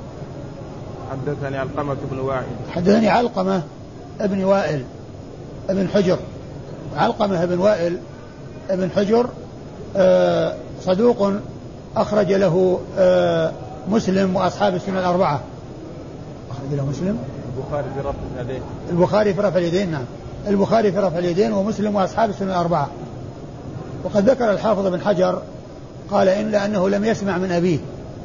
Speaker 1: حدثني علقمة بن وائل
Speaker 2: حدثني علقمة ابن وائل ابن حجر. علقمة ابن وائل ابن حجر آه صدوق أخرج له آه مسلم وأصحاب السنة الأربعة. أخرج له مسلم
Speaker 1: البخاري في رفع اليدين
Speaker 2: البخاري في رفع اليدين نعم البخاري في رفع اليدين ومسلم وأصحاب السنة الأربعة. وقد ذكر الحافظ بن حجر قال إن لأنه لم يسمع من أبيه.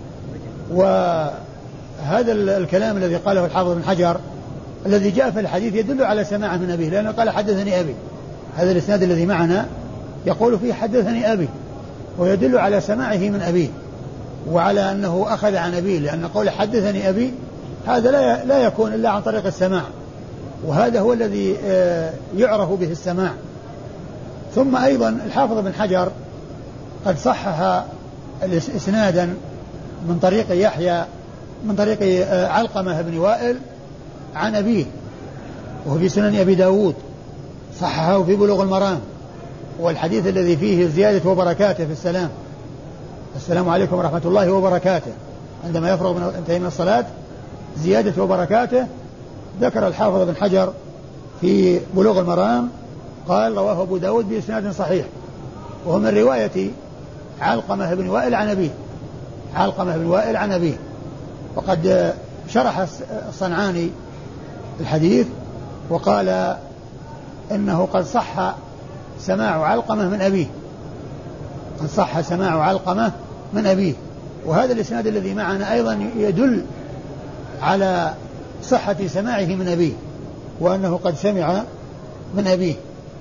Speaker 2: وهذا الكلام الذي قاله الحافظ بن حجر الذي جاء في الحديث يدل على سماعه من أبيه، لأنه قال حدثني أبي. هذا الإسناد الذي معنا يقول فيه حدثني أبي، ويدل على سماعه من أبيه وعلى أنه أخذ عن أبيه، لأن قول حدثني أبي هذا لا لا يكون إلا عن طريق السماع، وهذا هو الذي يعرف به السماع. ثم أيضا الحافظ بن حجر قد صحح إسنادا من طريق يحيى من طريق علقمة بن وائل عن أبيه، وهو في سنن أبي داود، صححه في بلوغ المرام، والحديث الذي فيه زيادة وبركاته في السلام: السلام عليكم ورحمة الله وبركاته، عندما يفرغ من انتهي من الصلاة زيادة وبركاته. ذكر الحافظ بن حجر في بلوغ المرام قال رواه أبو داود بإسناد صحيح، وهو من رواية علقمة بن وائل عن أبيه علقمة بن وائل عن أبيه. وقد شرح الصنعاني الحديث وقال إنه قد صح سماع علقمة من أبيه قد صح سماع علقمة من أبيه. وهذا الإسناد الذي معنا أيضا يدل على صحة سماعه من أبيه، وأنه قد سمع من أبيه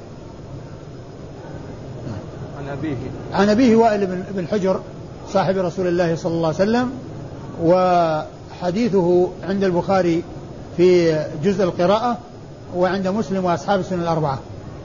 Speaker 1: عن أبيه
Speaker 2: عن أبيه وائل بن حجر صاحب رسول الله صلى الله عليه وسلم. وحديثه عند البخاري في جزء القراءة وعند مسلم وأصحاب السنن الأربعة.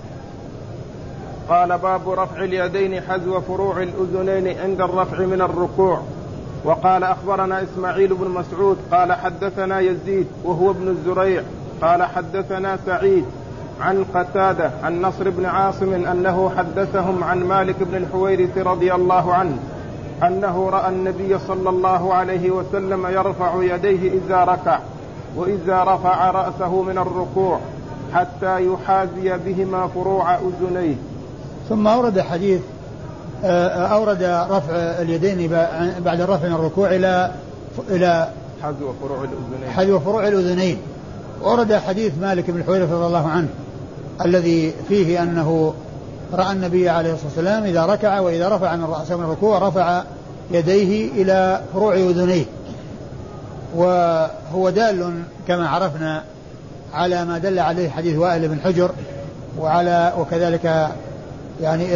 Speaker 1: قال: باب رفع اليدين حذو فروع الأذنين عند الرفع من الركوع. وقال: أخبرنا إسماعيل بن مسعود قال حدثنا يزيد وهو ابن الزريع قال حدثنا سعيد عن قتادة عن نصر بن عاصم أنه حدثهم عن مالك بن الحويرث رضي الله عنه أنه رأى النبي صلى الله عليه وسلم يرفع يديه إذا ركع وإذا رفع رأسه من الركوع حتى يحاذي بهما فروع أذنيه.
Speaker 2: ثم أورد حديث أورد رفع اليدين بعد الرفع من الركوع إلى إلى
Speaker 1: حذو فروع الأذنين
Speaker 2: حذو فروع الأذنين. وأورد حديث مالك بن الحويرث رضي الله عنه الذي فيه أنه رأى النبي عليه الصلاة والسلام إذا ركع وإذا رفع من رأسه من الركوع رفع يديه إلى فروع أذنيه. وهو دال كما عرفنا على ما دل عليه حديث وائل بن حجر، وعلى وكذلك يعني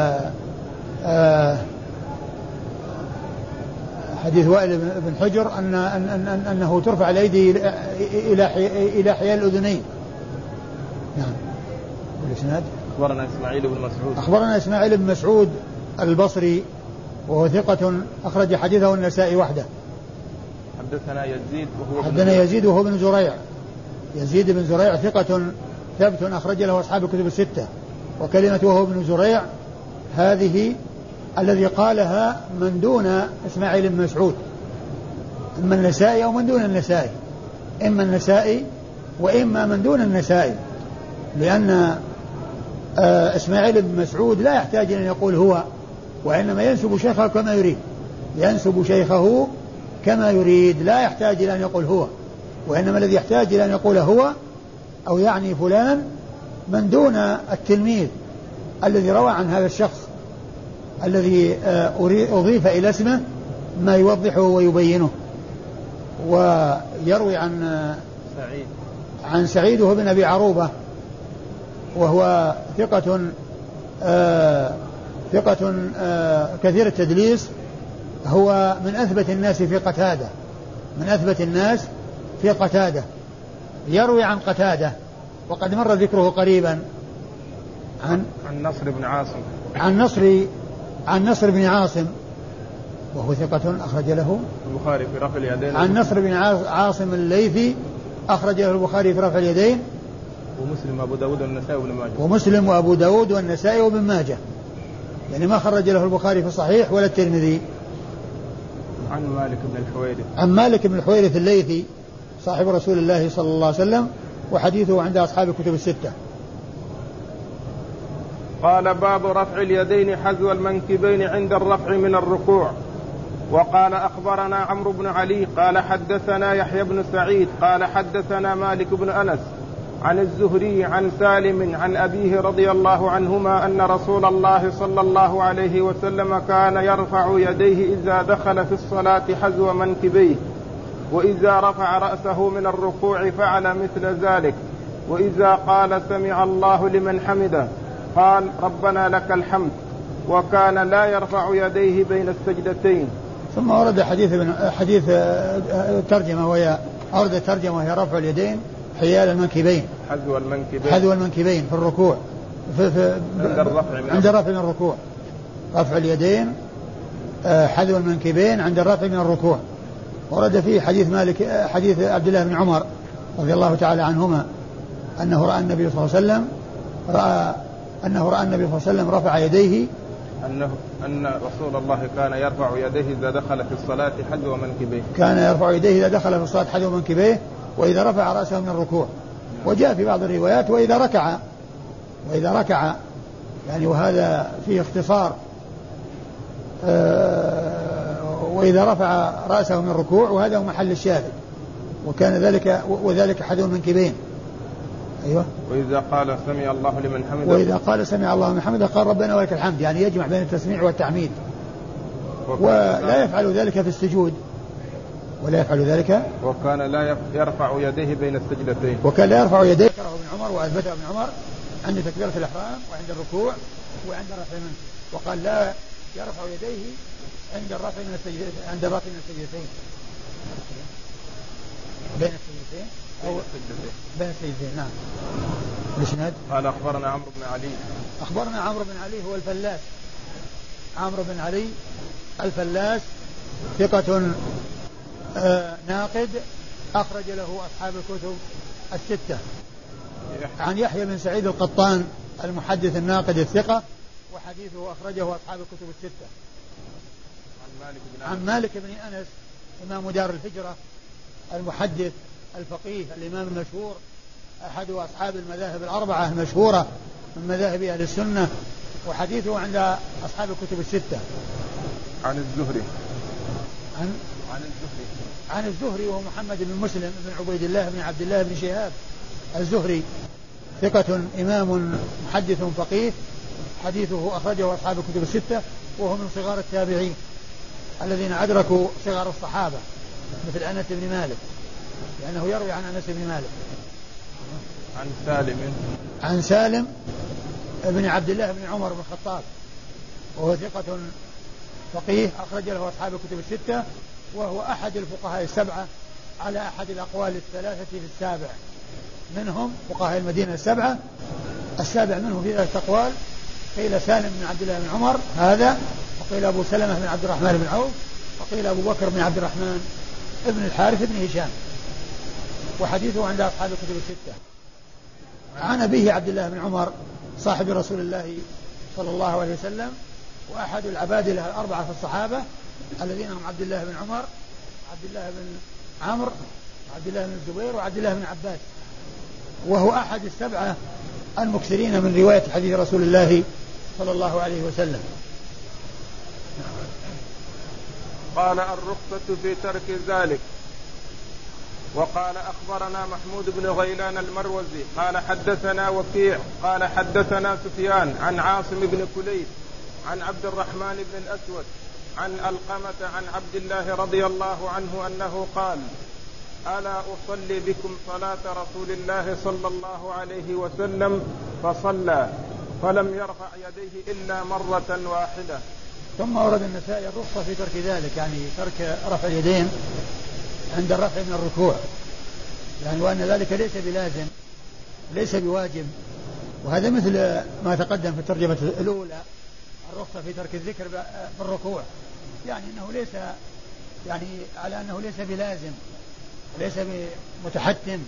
Speaker 2: حديث وائل بن حجر أن أن أن أنه ترفع الأيدي إلى إلى حيال الأذنين. نعم. والإسناد
Speaker 1: أخبرنا إسماعيل بن مسعود
Speaker 2: أخبرنا إسماعيل بن مسعود البصري وهو ثقة أخرج حديثه النسائي وحده.
Speaker 1: حدثنا يزيد وهو
Speaker 2: حدثنا يزيد وهو بن زريع يزيد بن زريع ثقة ثبت أخرج له أصحاب الكتب الستة. وكلمة وهو بن زريع هذه الذي قالها من دون إسماعيل بن مسعود، إما النسائي أو من دون النسائي، إما النسائي وإما من دون النسائي، لأن إسماعيل بن مسعود لا يحتاج أن يقول هو، وإنما ينسب شيخه كما يريد، ينسب شيخه كما يريد، لا يحتاج إلى أن يقول هو، وإنما الذي يحتاج إلى أن يقول هو أو يعني فلان من دون التلميذ الذي روى عن هذا الشخص الذي أضيف إلى اسمه ما يوضحه ويبينه. ويروي عن
Speaker 1: سعيد
Speaker 2: عن سعيد بن أبي عروبة وهو ثقة آه ثقة آه كثير التدليس، هو من أثبت الناس في قتادة، من أثبت الناس في قتادة، يروي عن قتادة وقد مر ذكره قريبا عن
Speaker 1: عن نصر بن عاصم
Speaker 2: عن نصر عن نصر بن عاصم وهو ثقة أخرج له
Speaker 1: البخاري في رفع اليدين،
Speaker 2: عن نصر بن عاصم الليثي أخرج له البخاري في رفع اليدين،
Speaker 1: ومسلم وأبو داود والنسائي وابن ماجه،
Speaker 2: ومسلم وأبو داود والنسائي وابن ماجه، يعني ما خرج له البخاري في الصحيح ولا الترمذي.
Speaker 1: عن مالك بن الحويرث
Speaker 2: عن مالك بن الحويرث الليثي صاحب رسول الله صلى الله عليه وسلم، وحديثه عند أصحاب الكتب الستة.
Speaker 1: قال باب رفع اليدين حذو المنكبين عند الرفع من الركوع. وقال أخبرنا عمرو بن علي قال حدثنا يحيى بن سعيد قال حدثنا مالك بن أنس عن الزهري عن سالم عن أبيه رضي الله عنهما أن رسول الله صلى الله عليه وسلم كان يرفع يديه إذا دخل في الصلاة حذو منكبيه، وإذا رفع رأسه من الركوع فعل مثل ذلك، وإذا قال سمع الله لمن حمده قال ربنا لك الحمد، وكان لا يرفع يديه بين السجدتين.
Speaker 2: ثم ورد حديث حديث ترجمة وهي أورد ترجمة وهي رفع اليدين حيال المنكبين
Speaker 1: حذو المنكبين
Speaker 2: حذو المنكبين في الركوع في في
Speaker 1: عند الرفع من
Speaker 2: عند الرفع من الركوع، رفع اليدين حذو المنكبين عند الرفع من الركوع. ورد فيه حديث مالك حديث عبد الله بن عمر رضي الله تعالى عنهما أنه رأى النبي صلى الله عليه وسلم رأى أنه رأى النبي صلى الله عليه وسلم رفع يديه
Speaker 1: أنه أن رسول الله كان يرفع يديه إذا دخل في الصلاة حذو منكبيه،
Speaker 2: كان يرفع يديه إذا دخل في الصلاة حذو منكبيه، وإذا رفع رأسه من الركوع. وجاء في بعض الروايات وإذا ركع وإذا ركع يعني وهذا فيه اختصار وإذا رفع رأسه من الركوع، وهذا هو محل الشاهد، وكان ذلك وذلك حذو المنكبين. أيوة.
Speaker 1: وإذا قال سمع الله لمن حمده
Speaker 2: وإذا قال سمع الله لمن حمده قال ربنا ولك الحمد، يعني يجمع بين التسميع والتحميد، ولا يفعل ذلك في السجود، ولا يفعل ذلك
Speaker 1: وكان لا يرفع يديه بين السجدتين،
Speaker 2: وكان لا يرفع يديه ذكره ابن عمر وأثبته ابن عمر عند تكبيرة الإحرام وعند الركوع وعند الرفع منه، وقال لا يرفع يديه عند الرفع من السجدتين عند الرفع من السجدتين بين السجدتين أو بين السجدتين. نعم. الإسناد
Speaker 1: قال أخبرنا عمرو بن علي
Speaker 2: أخبرنا عمرو بن علي هو الفلاس، عمرو بن علي الفلاس ثقة آه ناقد أخرج له أصحاب الكتب الستة. عن يحيى بن سعيد القطان المحدث الناقد الثقة، وحديثه أخرجه أصحاب الكتب الستة.
Speaker 1: عن مالك بن
Speaker 2: عن مالك بن أنس إمام دار الهجرة المحدث الفقيه الإمام المشهور، أحد أصحاب المذاهب الأربعة المشهورة من مذاهب أهل السنة، وحديثه عند أصحاب الكتب الستة.
Speaker 1: عن الزهري
Speaker 2: عن
Speaker 1: عن الزهري
Speaker 2: عن الزهري وهو محمد بن مسلم بن عبيد الله بن عبد الله بن شهاب الزهري، ثقة إمام محدث فقيه، حديثه أخرجه أصحاب الكتب الستة، وهو من صغار التابعين الذين أدركوا صغار الصحابة مثل أنس بن مالك، لأنه يروي عن أنس بن مالك.
Speaker 1: عن سالم
Speaker 2: عن سالم بن عبد الله بن عمر بن الخطاب، وهو ثقة فقيه أخرج له أصحاب الكتب الستة، وهو أحد الفقهاء السبعة على أحد الأقوال الثلاثة في السابع منهم، فقهاء المدينة السبعة السابع منهم في ثلاثة أقوال، قيل سالم بن عبد الله بن عمر هذا، وقيل أبو سلمة بن عبد الرحمن بن عوف، وقيل أبو بكر بن عبد الرحمن ابن الحارث بن هشام، وحديثه عند أصحاب الكتب الستة. عن أبيه عبد الله بن عمر صاحب رسول الله صلى الله عليه وسلم، وأحد العبادلة الأربعة في الصحابة الذين هم عبد الله بن عمر، عبد الله بن عمرو، عبد الله بن الزبير، وعبد الله بن عباس، وهو أحد السبعة المكثرين من رواية حديث رسول الله صلى الله عليه وسلم.
Speaker 1: قال الرخصة في ترك ذلك. وقال أخبرنا محمود بن غيلان المروزي قال حدثنا وكيع قال حدثنا سفيان عن عاصم بن كليب عن عبد الرحمن بن الأسود عن ألقمة عن عبد الله رضي الله عنه أنه قال: ألا أصلي بكم صلاة رسول الله صلى الله عليه وسلم فصلى فلم يرفع يديه إلا مرة واحدة.
Speaker 2: ثم ورد النسائي الرخصة في ترك ذلك، يعني ترك رفع اليدين عند الرفع من الركوع، يعني وأن ذلك ليس بلازم ليس بواجب. وهذا مثل ما تقدم في الترجمة الأولى، الرخصة في ترك الذكر بالركوع، يعني أنه ليس يعني على أنه ليس بلازم ليس بمتحتم.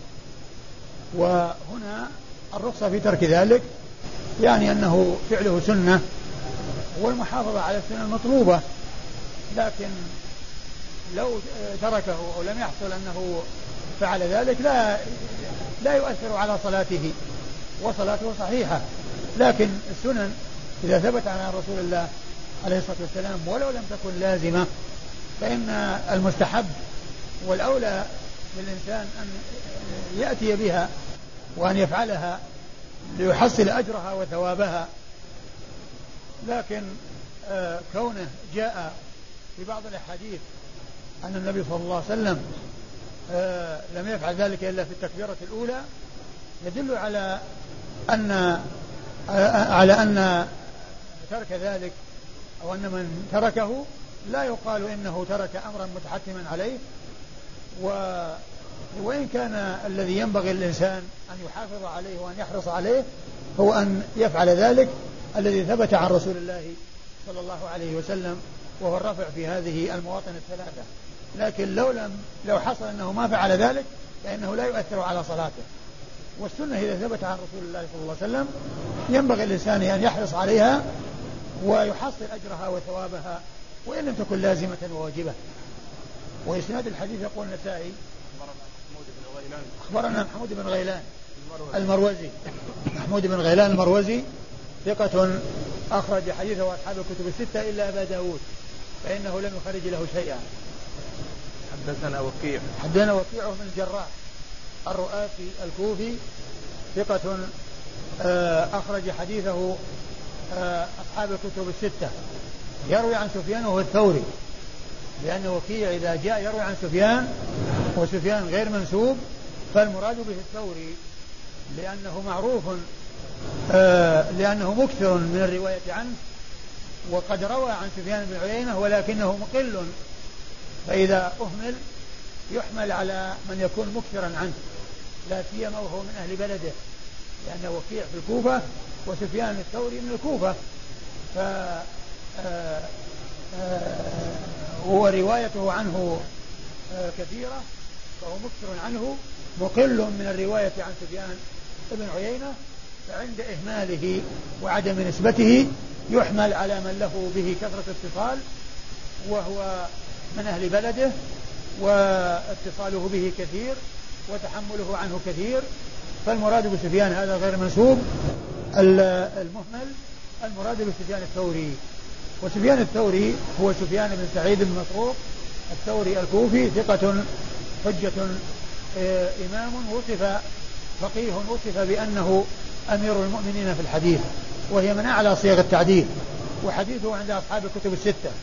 Speaker 2: وهنا الرخصة في ترك ذلك يعني أنه فعله سنة والمحافظة على السنة المطلوبة، لكن لو تركه أو لم يحصل أنه فعل ذلك لا لا يؤثر على صلاته، وصلاته صحيحة. لكن السنن إذا ثبت عن رسول الله عليه الصلاة والسلام ولو لم تكن لازمة، فإن المستحب والأولى للإنسان أن يأتي بها وأن يفعلها ليحصل أجرها وثوابها. لكن آه كونه جاء في بعض الأحاديث أن النبي صلى الله عليه وسلم آه لم يفعل ذلك إلا في التكبيرة الأولى، يدل على أن آه على أن ترك ذلك أو أن من تركه لا يقال إنه ترك أمرا متحتما عليه. وإن كان الذي ينبغي للإنسان أن يحافظ عليه وأن يحرص عليه هو أن يفعل ذلك الذي ثبت عن رسول الله صلى الله عليه وسلم، وهو الرفع في هذه المواطن الثلاثة. لكن لو لم لو حصل أنه ما فعل ذلك فإنه لا يؤثر على صلاته. والسنة إذا ثبت عن رسول الله صلى الله عليه وسلم ينبغي الإنسان أن يحرص عليها ويحصل أجرها وثوابها وإن لم تكن لازمة وواجبة. وإسناد الحديث يقول النسائي أخبرنا محمود بن غيلان المروزي محمود بن غيلان المروزي ثقة أخرج حديثه أصحاب الكتب الستة إلا أبا داود فإنه لم يخرج له شيئا.
Speaker 1: حدثنا وكيع
Speaker 2: حدثنا وكيع بن الجراح الرؤاسي الكوفي ثقة أخرج حديثه أصحاب الكتب الستة، يروي عن سفيان وهو الثوري، لأن وكيع إذا جاء يروي عن سفيان وسفيان غير منسوب فالمراد به الثوري، لأنه معروف آه لأنه مكثر من الرواية عنه، وقد روى عن سفيان بن عيينة ولكنه مقل، فإذا أهمل يحمل على من يكون مكثرا عنه، لا سيما وهو من أهل بلده، لأن وكيع في الكوفة وسفيان الثوري من الكوفة، ف آه آه هو روايته عنه آه كثيرة، فهو مكثر عنه مقل من الرواية عن سفيان بن عيينة، فعند إهماله وعدم نسبته يحمل على من له به كثرة اتصال وهو من أهل بلده واتصاله به كثير وتحمله عنه كثير، فالمراد بسفيان هذا غير منسوب. المهمل المراد بسفيان الثوري، وسفيان الثوري هو سفيان بن سعيد بن مسروق الثوري الكوفي ثقة حجة إمام وصف فقيه وصف بأنه أمير المؤمنين في الحديث، وهي من أعلى صيغ التعديل، وحديثه عند أصحاب الكتب الستة.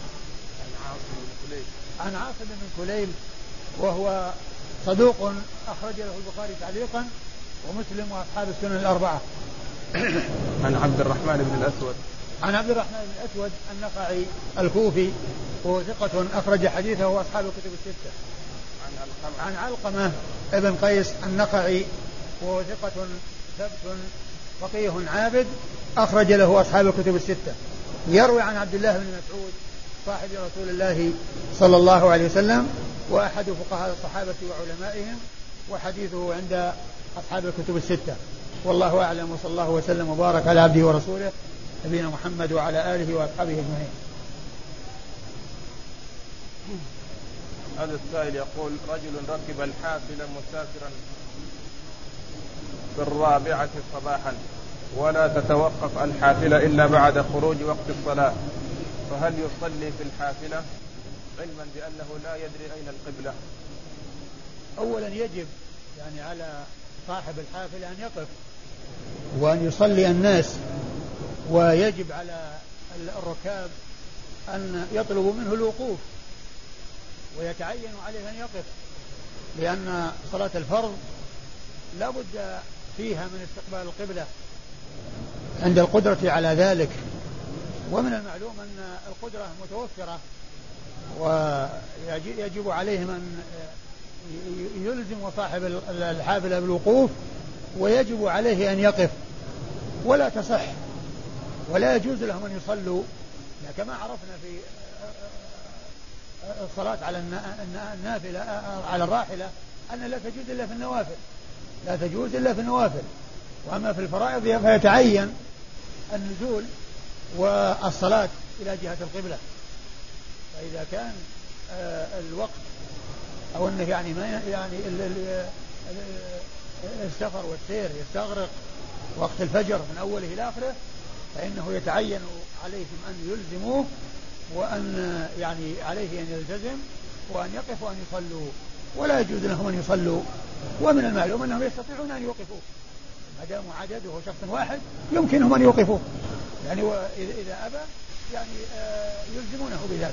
Speaker 2: عن عاصم بن كليل وهو صدوق أخرج له البخاري تعليقا ومسلم وأصحاب السنن الأربعة.
Speaker 1: عن عبد الرحمن بن الأسود
Speaker 2: عن عبد الرحمن بن الأسود النخعي الكوفي وهو ثقة أخرج حديثه وأصحاب الكتب الستة. عن علقمة ابن قيس النخعي وهو ثقة ثبت فقيه عابد أخرج له أصحاب الكتب الستة. يروي عن عبد الله بن مسعود صاحب رسول الله صلى الله عليه وسلم وأحد فقهاء الصحابة وعلمائهم، وحديثه عند أصحاب الكتب الستة. والله أعلم، وصلى الله وسلم وبارك على عبده ورسوله نبينا محمد وعلى آله وأصحابه أجمعين.
Speaker 1: هذا السائل يقول: رجل ركب الحافلة مسافرا في الرابعة صباحا ولا تتوقف الحافلة إلا بعد خروج وقت الصلاة، فهل يصلي في الحافلة علما بأنه لا يدري أين القبلة؟
Speaker 2: أولا يجب يعني على صاحب الحافلة أن يقف وأن يصلي الناس، ويجب على الركاب أن يطلبوا منه الوقوف ويتعين عليه أن يقف، لأن صلاة الفرض لا بد فيها من استقبال القبلة عند القدرة على ذلك. ومن المعلوم أن القدرة متوفرة، ويجب عليهم أن يلزم صاحب الحافلة بالوقوف، ويجب عليه أن يقف، ولا تصح ولا يجوز لهم أن يصلوا كما عرفنا في الصلاة على النافلة على الراحلة أن لا تجوز إلا في النوافل، لا تجوز إلا في النوافل. وأما في الفرائض فيتعين النزول والصلاة إلى جهة القبلة. فإذا كان الوقت أو أنه يعني ما يعني السفر والسير يستغرق وقت الفجر من أوله إلى آخره، فإنه يتعين عليهم أن يلزموه، وأن يعني عليه أن يلتزم وأن يقف وأن يصلوا، ولا يجوز لهم أن يصلوا. ومن المعلوم أنهم يستطيعون أن يوقفوه ما دام عدده شخص واحد، يمكنهم أن يوقفوه يعني، وإذا أبى يعني يلزمونه بذلك.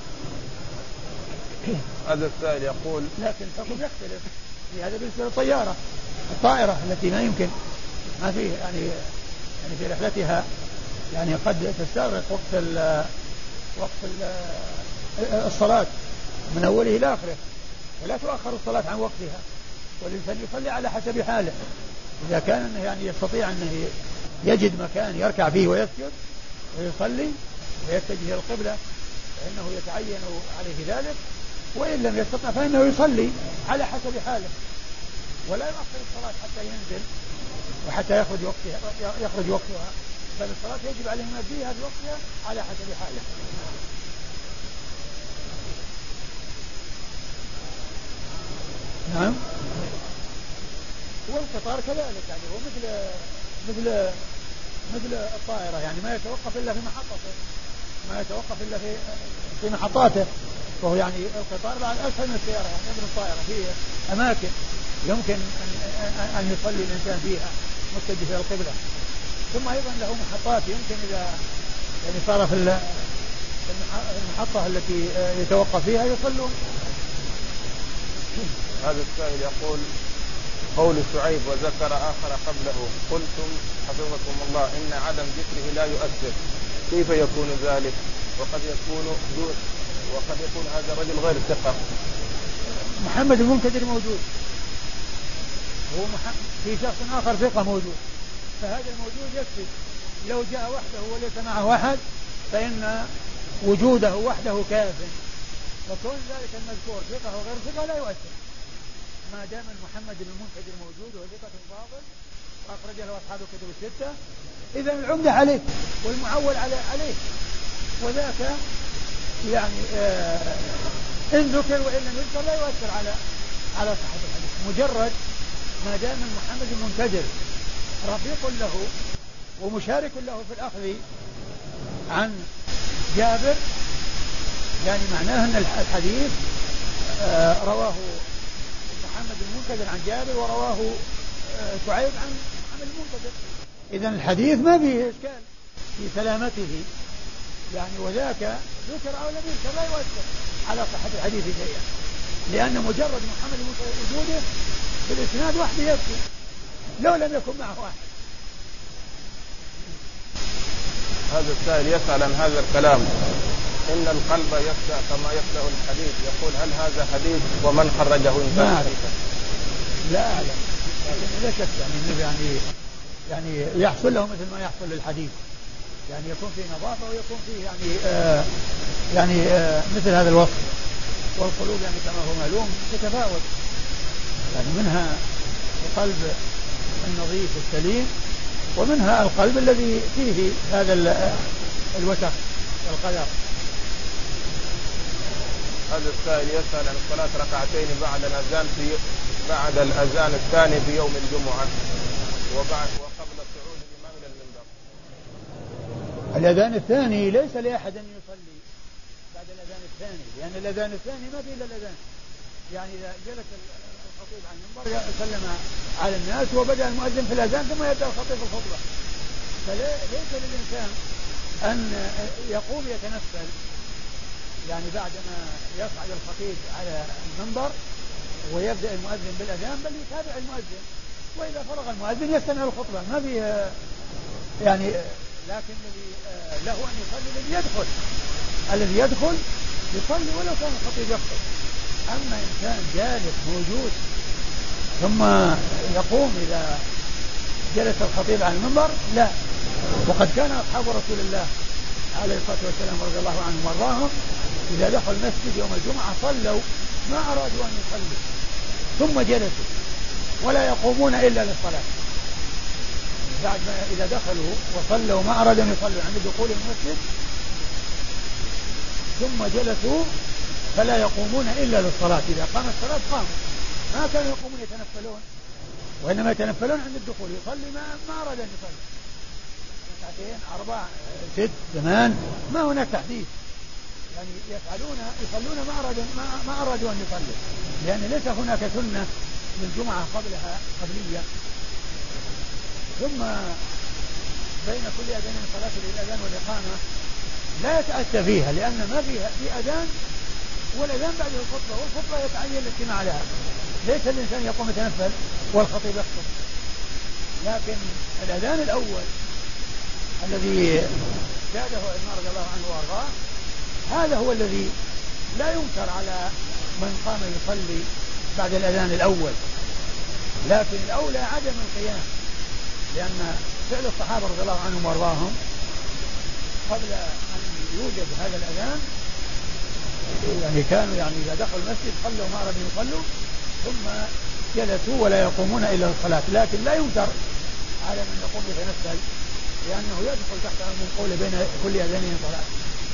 Speaker 1: هذا السائل يقول:
Speaker 2: لكن الحكم يختلف في هذا بالنسبة للطيارة الطائرة التي ما يمكن ما في يعني يعني في رحلتها يعني قد تستغرق وقت ال وقت ال الصلاة من أوله إلى آخره، ولا تؤخر الصلاة عن وقتها، والإنسان يصلي على حسب حاله. إذا كان أنه يعني يستطيع أنه يجد مكان يركع فيه ويسجد ويصلي ويتجه إلى القبلة فإنه يتعين عليه ذلك، وإن لم يستطع فإنه يصلي على حسب حاله، ولا يؤخر الصلاة حتى ينزل وحتى يخرج وقتها يخرج وقتها، بل الصلاة يجب عليه أن يؤديها بوقتها على حسب حاله. نعم. والقطار كذلك يعني هو مثل مثل مثل الطائرة يعني ما يتوقف إلا في محطته، ما يتوقف إلا في في محطاته، وهو يعني القطار بعد أسهل من السيارة يعني مثل الطائرة في أماكن يمكن أن أن يصلي الإنسان فيها متجه إلى القبلة، ثم أيضا له محطات يمكن إذا يعني صار في المحطة التي يتوقف فيها يصلون.
Speaker 1: هذا السائل يقول: قول شعيب وذكر آخر قبله قلتم حفظكم الله إن عدم ذكره لا يؤثر، كيف يكون ذلك؟ وقد يكون دون وقد يكون هذا الرجل غير ثقة.
Speaker 2: محمد المنكدر موجود، هو في شخص آخر ثقة موجود، فهذا الموجود يكفي. لو جاء وحده وليس معه أحد فإن وجوده وحده كاف، فكون ذلك المذكور ثقة وغير ثقة لا يؤثر، ما دام محمد بن المنكدر موجود وهو ثقة فاضل وأخرج له أصحاب الكتب الستة، إذا العمدة عليه والمعول عليه، وذاك يعني آه إن ذكر وإن لم يذكر لا يؤثر على على صحة الحديث، مجرد ما دام محمد المنكدر رفيق له ومشارك له في الأخذ عن جابر، يعني معناه أن الحديث آه رواه محمد المنكدر عن جابر ورواه آه شعيب عن محمد المنكدر، إذا الحديث ما فيه إشكال في سلامته يعني، وذاك ذكر أو لم يذكر لا يؤثر على صحة الحديث شيئا، لأن مجرد محمد المنكدر وجوده في الإسناد وحده يكفي لو لم يكن معه واحد.
Speaker 1: هذا السائل يسأل عن هذا الكلام: إن القلب يخشع كما يخشع الحديد، يقول هل هذا حديث ومن خرجه إن كان حديثا؟
Speaker 2: لا أعلم، لكن لا شك يعني يعني يعني يحصل له مثل ما يحصل للحديث، يعني يكون فيه نظافة ويكون فيه يعني آه يعني آه مثل هذا الوصف. والقلوب يعني كما هو معلوم تتفاوت، يعني منها القلب النظيف السليم ومنها القلب الذي فيه هذا الوسخ والقدر.
Speaker 1: هذا السائل يسأل عن صلاة ركعتين بعد الأذان في بعد الأذان الثاني في يوم الجمعة وبعد وقبل صعود الإمام إلى المنبر.
Speaker 2: الأذان الثاني ليس لأحد أن يصلي بعد الأذان الثاني، لأن الأذان الثاني ما فيه إلا الأذان. يعني إذا جلس الخطيب عن المنبر سلم على الناس وبدأ المؤذن في الأذان ثم يبدأ الخطيب في الخطبة، فليس للإنسان أن يقوم يتنفل يعني بعدما يصعد الخطيب على المنبر ويبدأ المؤذن بالأذان، بل يتابع المؤذن، وإذا فرغ المؤذن يستمع الخطبة، ما فيه يعني. لكن الذي له أن يصلي الذي يدخل الذي يدخل يصلي ولو كان الخطيب يخطب. أما إنسان جالس موجود ثم يقوم إذا جلس الخطيب على المنبر لا. وقد كان أصحاب رسول الله عليه الصلاة والسلام رضي الله عنهم وارضاهم إذا دخلوا المسجد يوم الجمعة صلوا ما أرادوا أن يصلوا ثم جلسوا ولا يقومون إلا للصلاة. بعد ما إذا دخلوا وصلوا ما أرادوا أن يصلوا عند دخول المسجد ثم جلسوا فلا يقومون إلا للصلاة. إذا قامت الصلاة قاموا، ما كانوا يقومون يتنفلون، وإنما يتنفلون عند الدخول. يصلي ما, ما أراد أن يصلي ساعتين أربع ست ثمان ما هناك تحديد، يعني يفعلون يصلون ما أرادوا ما, ما أرادوا أن يصلوا، لأن ليس هناك سنة للجمعة قبلها قبلية. ثم بين كل أذان صلاة الأذان والإقامة لا يتأتى فيها، لأن ما فيها في أذان والأذان بعد الخطبة، والخطبة يتعين الاجتماع لها. ليس الإنسان يقوم يتنفل والخطيب يخطب، لكن الأذان الأول الذي زاده عمر رضي الله عنه وارضاه هذا هو الذي لا ينكر على من قام يصلي بعد الأذان الأول، لكن الأولى عدم القيام، لأن فعل الصحابة رضي الله عنهم وارضاهم قبل أن يوجد هذا الأذان يعني كانوا يعني إذا دخلوا المسجد صلوا ما أرادوا يصلوا ثم جلسوا ولا يقومون إلا الصلاة. لكن لا ينكر على من يقوم يتنفل، لأنه يدخل تحت من قول بين كل أذانين صلاة.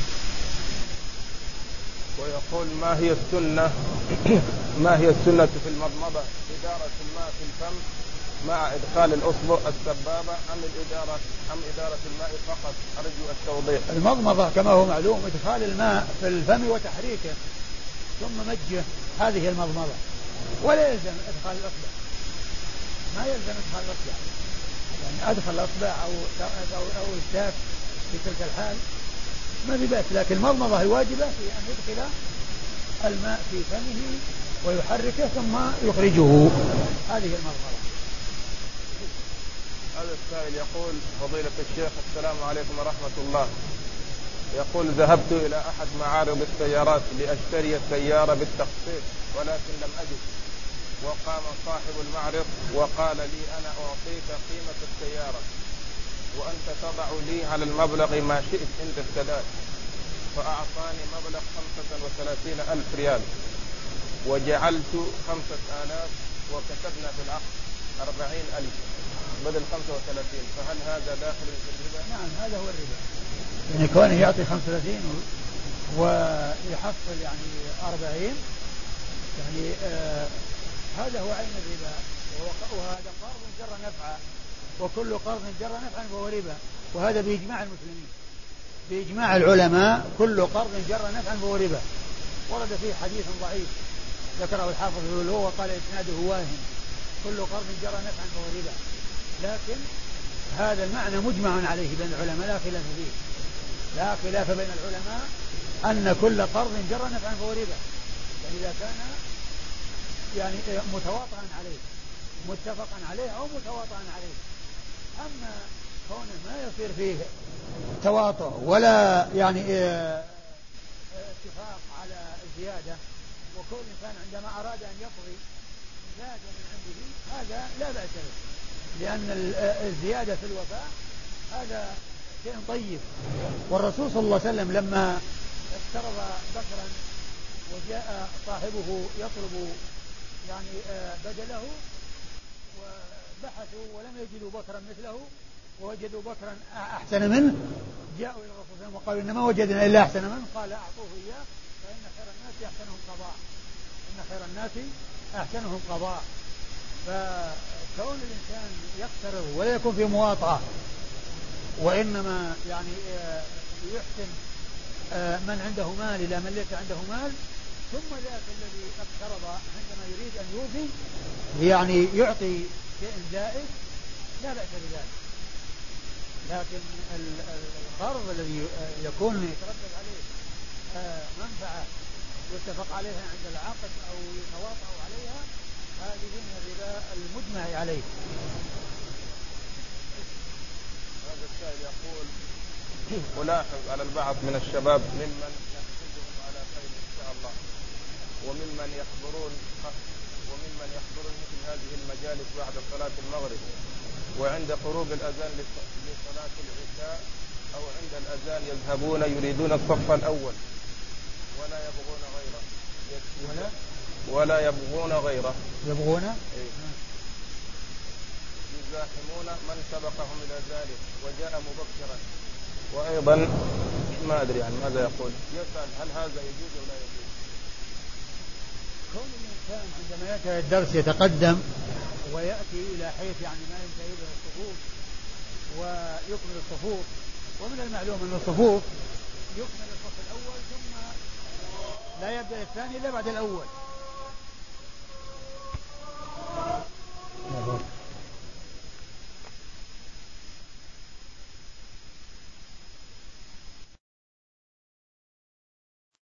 Speaker 1: ويقول ما هي السنة ما هي السنة في المضمضة؟ إدارة الماء في الفم مع إدخال الأصبع السبابة أم الإدارة أم إدارة الماء فقط؟ أرجو التوضيح.
Speaker 2: المضمضة كما هو معلوم إدخال الماء في الفم وتحريكه ثم مجه، هذه المضمضة، ولا يلزم إدخال الأصبع، ما يلزم إدخال الأصبع، يعني أدخل الأصبع أو أو أو الشاف في تلك الحال ما في بأس، لكن المضمضة الواجبة في أن يدخل الماء في فمه ويحركه ثم يخرجه، هذه المضمضة.
Speaker 1: هذا السائل يقول فضيلة الشيخ السلام عليكم ورحمة الله، يقول ذهبت إلى أحد معارض السيارات لأشتري السيارة بالتقسيط ولكن لم أجد، وقام صاحب المعرض وقال لي أنا أعطيك قيمة السيارة وأنت تضع لي على المبلغ ما شئت عند السداد، فأعطاني مبلغ خمسة وثلاثين ألف ريال وجعلت خمسة آلاف وكتبنا في العقد أربعين ألف بدل خمسة وثلاثين، فهل هذا داخل في الربا؟
Speaker 2: نعم هذا هو الربا، يعني كونه يعطي خمسة وثلاثين ويحصل يعني أربعين، يعني آه هذا هو عين الربا، وهذا قرض جر نفعا، وكل قرض جر نفعا فهو ربا، وهذا بإجماع المسلمين بإجماع العلماء، كل قرض جر نفعا فهو ربا. ورد فيه حديث ضعيف ذكره الحافظ له وقال إسناده واهم، كل قرض جر نفعا فهو ربا، لكن هذا المعنى مجمع عليه بين العلماء لا خلاف فيه، لا خلاف بين العلماء أن كل قرض جر نفعا فهو ربا، يعني إذا كان يعني متواطئا عليه متفقا عليه أو متواطئا عليه. أما كونه ما يصير فيه تواطؤ ولا يعني اتفاق على الزيادة، وكل إنسان عندما أراد أن يقضي زاد من عنده، هذا لا بأس به، لأن الزيادة في الوفاء هذا شيء طيب. والرسول صلى الله عليه وسلم لما افترض بكرا وجاء صاحبه يطلب يعني بدله وبحثوا ولم يجدوا بكرا مثله، ووجدوا بكرا أحسن منه جاءوا إلى الرسول صلى الله عليه وسلم وقالوا إنما وجدنا إلا أحسن منه، قال أعطوه إياه فإن خير الناس أحسنهم قضاء، إن خير الناس أحسنهم قضاء. فكون الإنسان يقترض ولا يكون في مواطأة وإنما يعني يحسن من عنده مال إلى من ليس عنده مال، ثم ذاك الذي اقترض عندما يريد أن يوفي يعني يعطي شيء زائد لا بأس بذلك. لكن القرض الذي يكون يترتب عليه منفعة يتفق عليها عند العقد أو يتواطأ عليها، هذه من الربا المجمع عليه.
Speaker 1: هذا السائل يقول: ألاحظ على البعض من الشباب ممن يحسدهم على خير إن شاء الله، وممن يحضرون وممن يحضرون مثل هذه المجالس بعد صلاة المغرب وعند قروب الأذان لصلاة العشاء أو عند الأذان يذهبون يريدون الصف الأول ولا يبغون غيره
Speaker 2: ولا
Speaker 1: ولا يبغون غيره
Speaker 2: يبغون
Speaker 1: إيه؟ يزاحمون من سبقهم إلى ذلك وجاء مبكرا، وأيضا ما أدري يعني ماذا يقول، يسأل هل هذا يجوز أو لا يجوز؟
Speaker 2: كون الإنسان عندما يأتي الدرس يتقدم ويأتي إلى حيث يعني ما ينتهي به الصفوف ويكمل الصفوف، ومن المعلوم أن الصفوف يكمل الصف الأول ثم لا يبدأ الثاني إلا بعد الأول،